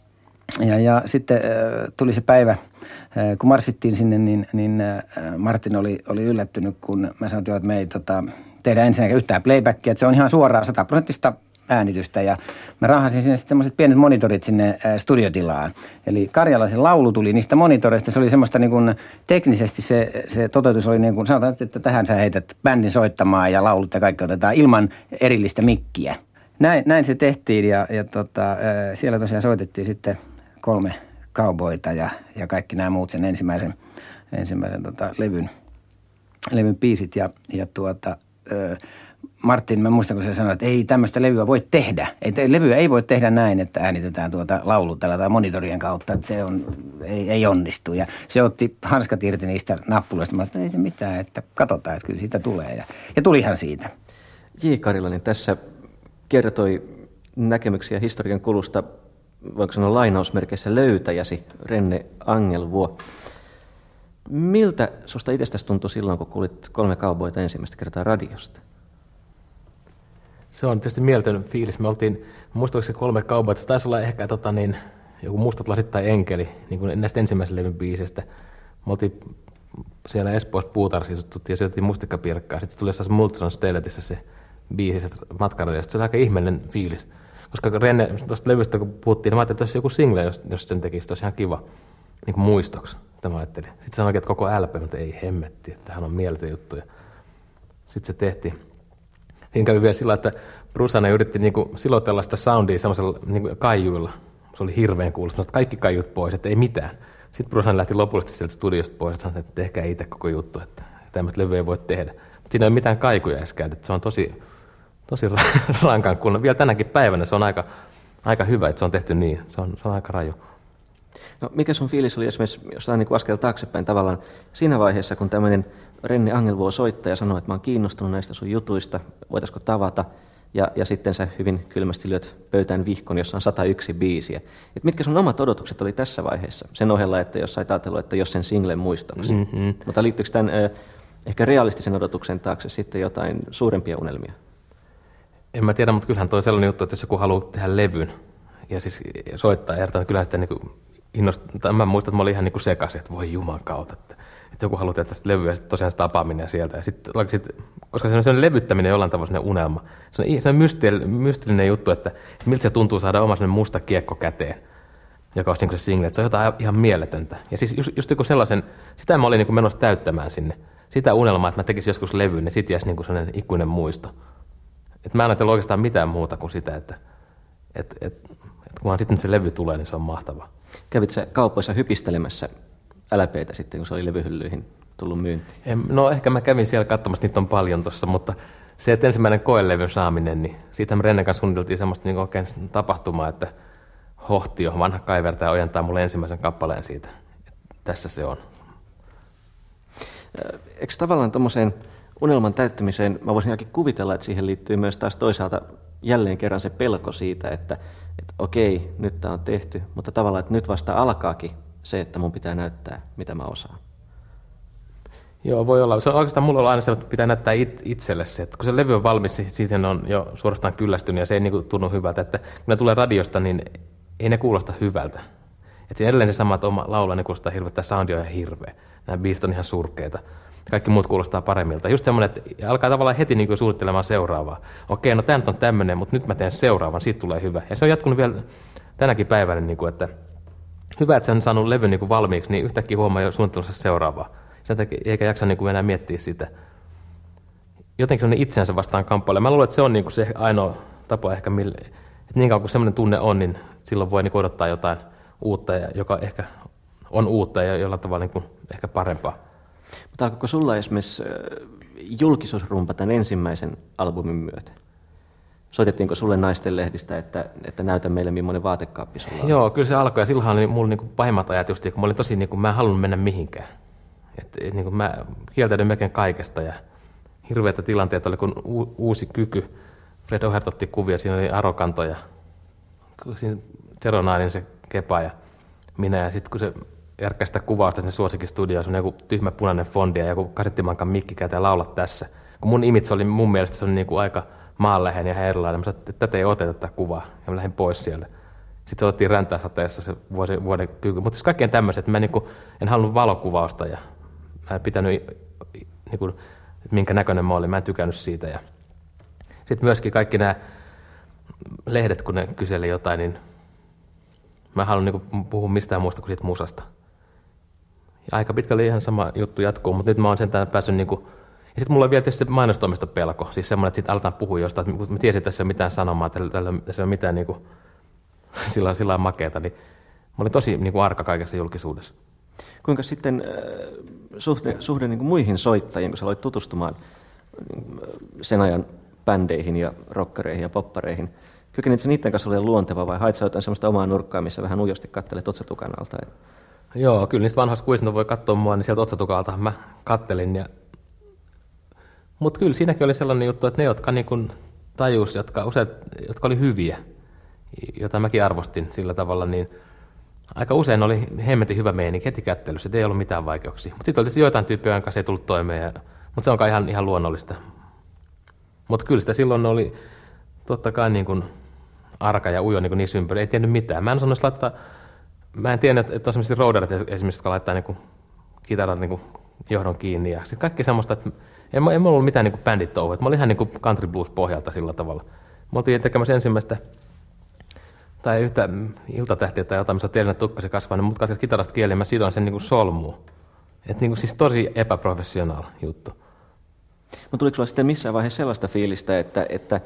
ja, ja sitten ää, tuli se päivä, ää, kun marssittiin sinne, niin, niin ää, Martin oli, oli yllättynyt, kun mä sanoin, että me ei tota, tehdä ensinnäkään yhtään playbackia, että se on ihan suoraan sataprosenttista äänitystä ja mä raahasin sinne sitten semmoiset pienet monitorit sinne ää, studiotilaan. Eli Karjalaisen laulu tuli niistä monitoreista, se oli semmoista niin kuin teknisesti se, se toteutus oli niin kuin, sanotaan, että tähän sä heität bändin soittamaan ja laulut ja kaikki otetaan ilman erillistä mikkiä. Näin, näin se tehtiin ja, ja tota, ää, siellä tosiaan soitettiin sitten kolme cowboyta ja, ja kaikki nämä muut sen ensimmäisen, ensimmäisen tota, levyn, levyn biisit ja, ja tuota... Ää, Martin, mä muistan, kun se sanoi, että ei tämmöistä levyä voi tehdä. Ei, levyä ei voi tehdä näin, että äänitetään tuota laulu tällä tai monitorien kautta, että se on, ei, ei onnistu. Ja se otti hanskat irti niistä nappuloista. Mä että ei se mitään, että katsotaan, että kyllä siitä tulee. Ja, ja tulihan siitä. J. Karilainen tässä kertoi näkemyksiä historian kulusta, voiko sanoa lainausmerkeissä löytäjäsi, Renne Angelvuo. Miltä susta itsestäsi tuntui silloin, kun kuulit kolme cowboyta ensimmäistä kertaa radiosta? Se on tietysti mieletön fiilis. Me oltiin, muistaako se kolme cowboyta, se taisi olla ehkä tota, niin, joku Mustat lasit tai Enkeli, niin kuin näistä ensimmäisen levyn biisistä. Me oltiin siellä Espoossa puutarhassa istuttiin ja syötiin mustikkapirkkaa. Sitten tuli jossain Multson Stelletissä se biisi matkaradiosta. Se oli aika ihmeellinen fiilis. Koska Renne, tuosta levystä kun puhuttiin, niin mä ajattelin, että olisi joku single, jos, jos sen tekisi, se olisi ihan kiva niin kuin muistoksi. Tämä ajattelin. Sitten sanoin, että koko L P, mutta ei hemmetti, että tämähän on mieletön juttu. Sitten se tehtiin. Siinä kävi vielä sillä, että Brusanen yritti niinku silotella sitä soundia semmoisella niinku kaijuilla. Se oli hirveän kuulosta. Sanoin, kaikki kaijut pois, että ei mitään. Sitten Brusanen lähti lopullisesti sieltä studiosta pois ja sanoi, että tehkää itse koko juttu, että tämmöistä levyä ei voi tehdä. Mutta siinä ei ole mitään kaikuja edes käytetty. Se on tosi, tosi rankan kunnon. Vielä tänäkin päivänä se on aika, aika hyvä, että se on tehty niin. Se on, se on aika raju. No, mikä sun fiilis oli esimerkiksi, jos on niin kuin askel taaksepäin tavallaan siinä vaiheessa, kun tämmöinen Renne Angelvuo soittaja sanoi, että mä oon kiinnostunut näistä sun jutuista, voitaisiko tavata, ja, ja sitten sä hyvin kylmästi lyöt pöytään vihkon, jossa on sata yksi biisiä. Et mitkä sun omat odotukset oli tässä vaiheessa? Sen ohella, että jos sait ajatellut, että jos sen singlen muistaksi. Mm-hmm. Mutta liittyykö tämän äh, ehkä realistisen odotuksen taakse sitten jotain suurempia unelmia? En mä tiedä, mutta kyllähän toi sellainen juttu, että jos joku haluaa tehdä levyn ja siis soittaa Ertaan, kyllähän sitten niin innostaa. Mä muistan, että mä olin ihan niin sekaisin, että voi juman kautta, että, että joku haluaa tehdä tästä levyä ja sitten tosiaan sitä tapaaminen sieltä. Ja sit, sit, koska se on sellainen levyttäminen jollain tavalla sellainen unelma. Se on sellainen mystillinen, mystillinen juttu, että, että miltä se tuntuu saada oma sellainen musta kiekko käteen, joka olisi niin se single. Että se on jotain ihan mieletöntä. Ja siis just, just joku sellaisen, sitä mä olin niin menossa täyttämään sinne. Sitä unelmaa, että mä tekisin joskus levyn, niin sit jäisi niin sellainen ikuinen muisto. Et mä en ajatellut oikeastaan mitään muuta kuin sitä, että et, et, et kunhan sitten se levy tulee, niin se on mahtavaa. Kävit sä kaupoissa hypistelemässä äläpeitä sitten, kun se oli levyhyllyihin tullut myyntiin? En, no ehkä mä kävin siellä katsomassa, niitä on paljon tuossa, mutta se, että ensimmäinen koelevyn saaminen, niin siitä me Rennen kanssa suunniteltiin semmoista niin oikein tapahtumaa, että Hohtio, vanha kaivertaja, ojentaa mulle ensimmäisen kappaleen siitä. Et tässä se on. Eikö tavallaan tuommoiseen unelman täyttämiseen, mä voisin jokin kuvitella, että siihen liittyy myös taas toisaalta jälleen kerran se pelko siitä, että, että okei, nyt tämä on tehty, mutta tavallaan, että nyt vasta alkaakin se, että mun pitää näyttää, mitä mä osaan. Joo, voi olla. Se on oikeastaan mulla ollut aina se, että pitää näyttää it, itselle se, että kun se levy on valmis, niin siihen on jo suorastaan kyllästynyt ja se ei niin kuin tunnu hyvältä, että kun ne tulee radiosta, niin ei ne kuulosta hyvältä. Että edelleen se sama, että oma laulu ne kuulostaa hirveä, tämä soundi on ihan hirveä, nämä biisit on ihan surkeita. Kaikki muut kuulostaa paremmilta. Just semmoinen, että alkaa tavallaan heti niin kuin suunnittelemaan seuraavaa. Okei, no tämä nyt on tämmöinen, mutta nyt mä teen seuraavan, siitä tulee hyvä. Ja se on jatkunut vielä tänäkin päivänä, niin kuin, että hyvä, että sä on saanut levyn niin kuin valmiiksi, niin yhtäkkiä huomaa jo suunnittelussa seuraavaa. Sen takia eikä jaksa niin kuin enää miettiä sitä. Jotenkin semmoinen itseänsä vastaan kamppailu. Mä luulen, että se on niin kuin se ainoa tapa ehkä, mille, että niin kauan kuin semmoinen tunne on, niin silloin voi niin kuin odottaa jotain uutta, joka ehkä on uutta ja jollain tavalla niin kuin ehkä parempaa. Mutta alkoiko sulla esimerkiksi julkisuusrumpa tämän ensimmäisen albumin myötä? Soitettiinko sulle naisten lehdistä, että, että näytä meille, millainen vaatekaappi sulla on? Joo, kyllä se alkoi ja silloin oli mulla niinku pahimmat ajat just, kun mä olin tosi, niinku, mä en halunnut mennä mihinkään. Et, et, niinku, mä kieltäydyin melkein kaikesta ja hirveitä tilanteita oli kun u- uusi kyky. Fred Ohert otti kuvia, siinä oli Arokanto ja siinä Zeronainen se Kepa ja minä ja sitten kun se järkkää sitä kuvausta sinne Suosikin studioon, se on joku tyhmä punainen fondi ja joku kasettimankan mikki käytä ja laula tässä. Kun mun imits oli mun mielestä se on niinku aika maanläheinen ja ihan erilainen. Mä sanoin, että tätä ei oteta tätä kuvaa ja mä lähdin pois sieltä. Sitten se otettiin Räntää-sateessa se vuosi, vuoden kyky. Mutta siis kaikkien tämmöiset, että mä niinku, en halunnut valokuvausta ja mä en pitänyt, niinku, että minkä näköinen mä olin, mä en tykännyt siitä. Ja sitten myöskin kaikki nämä lehdet, kun ne kyseli jotain, niin mä en halunnut niinku puhua mistään muusta kuin siitä musasta. Ja aika pitkälle ihan sama juttu jatkuu, mutta nyt mä oon sentään päässyt niinku. Ja sitten mulla on vielä tietysti se mainostoimisto pelko, siis semmoinen, että sitten aletaan puhua jostain, että mä tiesin, että tässä ei ole mitään sanomaa, että tässä ei ole mitään niinku, sillä, sillä makeata, niin mä olin tosi niinku arka kaikessa julkisuudessa. Kuinka sitten äh, suhde, suhde niin kuin muihin soittajiin, kun sä aloit tutustumaan sen ajan bändeihin ja rockereihin ja poppareihin, kykenit sä niiden kanssa olemaan luonteva vai hait sä jotain semmoista omaa nurkkaa, missä vähän ujosti kattelet otsatukan alta? Et... Joo, kyllä niistä vanhoista kuvista voi katsoa mua, niin sieltä otsatukalta mä kattelin. Ja... Mutta kyllä siinäkin oli sellainen juttu, että ne, jotka niin kun tajus, jotka, useat, jotka oli hyviä, jota mäkin arvostin sillä tavalla, niin aika usein oli hemmetin hyvä meininki heti kättelyssä, ei ollut mitään vaikeuksia. Mutta sitten oli joitain tyyppejä, joiden kanssa ei tullut toimeen, ja... mutta se on kai ihan, ihan luonnollista. Mutta kyllä sitä silloin oli totta kai niin kuin arka ja ujo niin niissä ympäri, ei tiennyt mitään. Mä en sanoisi laittaa, mä en tiennyt, että on sellaisia roaderit esimerkiksi, jotka laittaa niin kuin kitaran niin kuin johdon kiinni. Ja sitten kaikki semmoista, että en, en ollut mitään niin kuin bändit touhua. Mä olin ihan niin kuin country blues pohjalta sillä tavalla. Mä oltiin tekemässä ensimmäistä, tai yhtä iltatähtiä tai jotain, missä on tielinen tukkasi kasvainen, mutta kasvasi kitarasta kieli ja mä sidoin sen niin kuin solmuun. Että niin kuin siis tosi epäprofessionaal juttu. Mutta tuliko sulla sitten missään vaiheessa sellaista fiilistä, että, että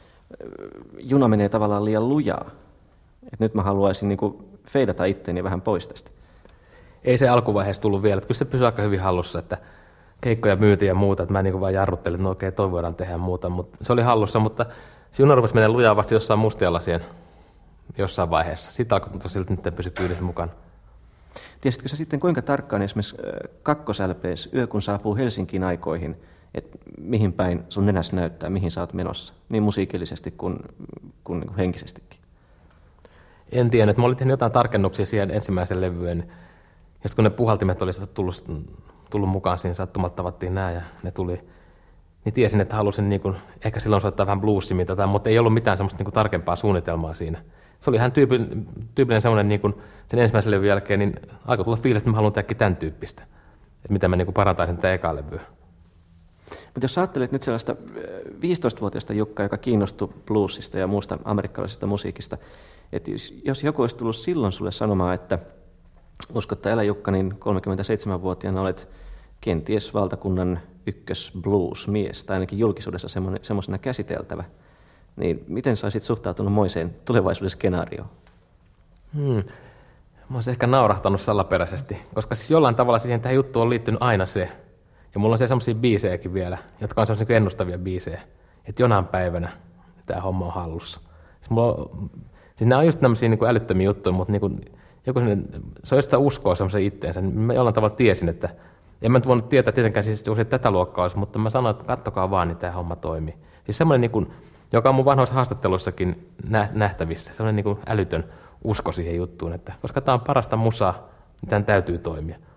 juna menee tavallaan liian lujaa? Että nyt mä haluaisin niin kuin feidata itteeni vähän pois tästä. Ei se alkuvaiheessa tullut vielä. Että kyllä se pysyi aika hyvin hallussa, että keikkoja myytiin ja muuta. Että mä niin kuin vaan jarruttelin, että no okei, toi voidaan tehdä muuta. Mutta se oli hallussa, mutta se juna rupesi menee lujaa vasta jossain mustialasien jossain vaiheessa. Sitten alkoi siltä nyt pysy kyydissä mukana. Tiesitkö sä sitten kuinka tarkkaan esimerkiksi kakkosälpeessä Yö kun saapuu Helsinkiin aikoihin, että mihin päin sun nenässä näyttää, mihin sä oot menossa, niin musiikillisesti kuin, kuin, kuin henkisestikin? En tiedä, että mä olin tehnyt jotain tarkennuksia siihen ensimmäiseen levyyn. Ja kun ne puhaltimet oli tullut, tullut mukaan, siinä sattumalta tavattiin nämä ja ne tuli. niin tiesin, että halusin niin kuin, ehkä silloin soittaa vähän bluesimmin tätä, mutta ei ollut mitään semmoista niin kuin tarkempaa suunnitelmaa siinä. Se oli ihan tyypillinen, tyypillinen semmoinen niin kuin sen ensimmäisen levyn jälkeen, niin alkoi tulla fiilis, että mä haluan tehdä tämän tyyppistä, että mitä mä niin kuin parantaisin tätä ekaa levyä. Mutta jos ajattelet nyt sellaista viisitoistavuotiaista Jukkaa, joka kiinnostui bluesista ja muusta amerikkalaisesta musiikista, että jos, jos joku olisi tullut silloin sulle sanomaan, että uskotta elä Jukka, niin kolmekymmentäseitsemänvuotiaana olet kenties valtakunnan ykkös blues-mies, tai ainakin julkisuudessa semmoisena käsiteltävä, niin miten sä olisit suhtautunut moiseen tulevaisuuden skenaarioon? Hmm. Mä olisin ehkä naurahtanut salaperäisesti, koska siis jollain tavalla siihen tähän juttuun on liittynyt aina se, ja mulla on siellä semmoisia biisejäkin vielä, jotka on semmoisia ennustavia biisejä, että jonain päivänä tämä homma on hallussa. Siis, mulla on, siis nämä on just tämmöisiä niin kuin älyttömiä juttuja, mutta niin kuin, joku se on jostain uskoa semmoisen itteensä, niin mä jollain tavalla tiesin, että en mä nyt voinut tietää tietenkään siis usein tätä luokkaa olisi, mutta mä sanoin, että kattokaa vaan, niin tämä homma toimii. Siis semmoinen, niin kuin, joka on mun vanhoissa haastatteluissakin nähtävissä, semmoinen niin kuin älytön usko siihen juttuun, että koska tämä on parasta musaa, niin tämän täytyy toimia.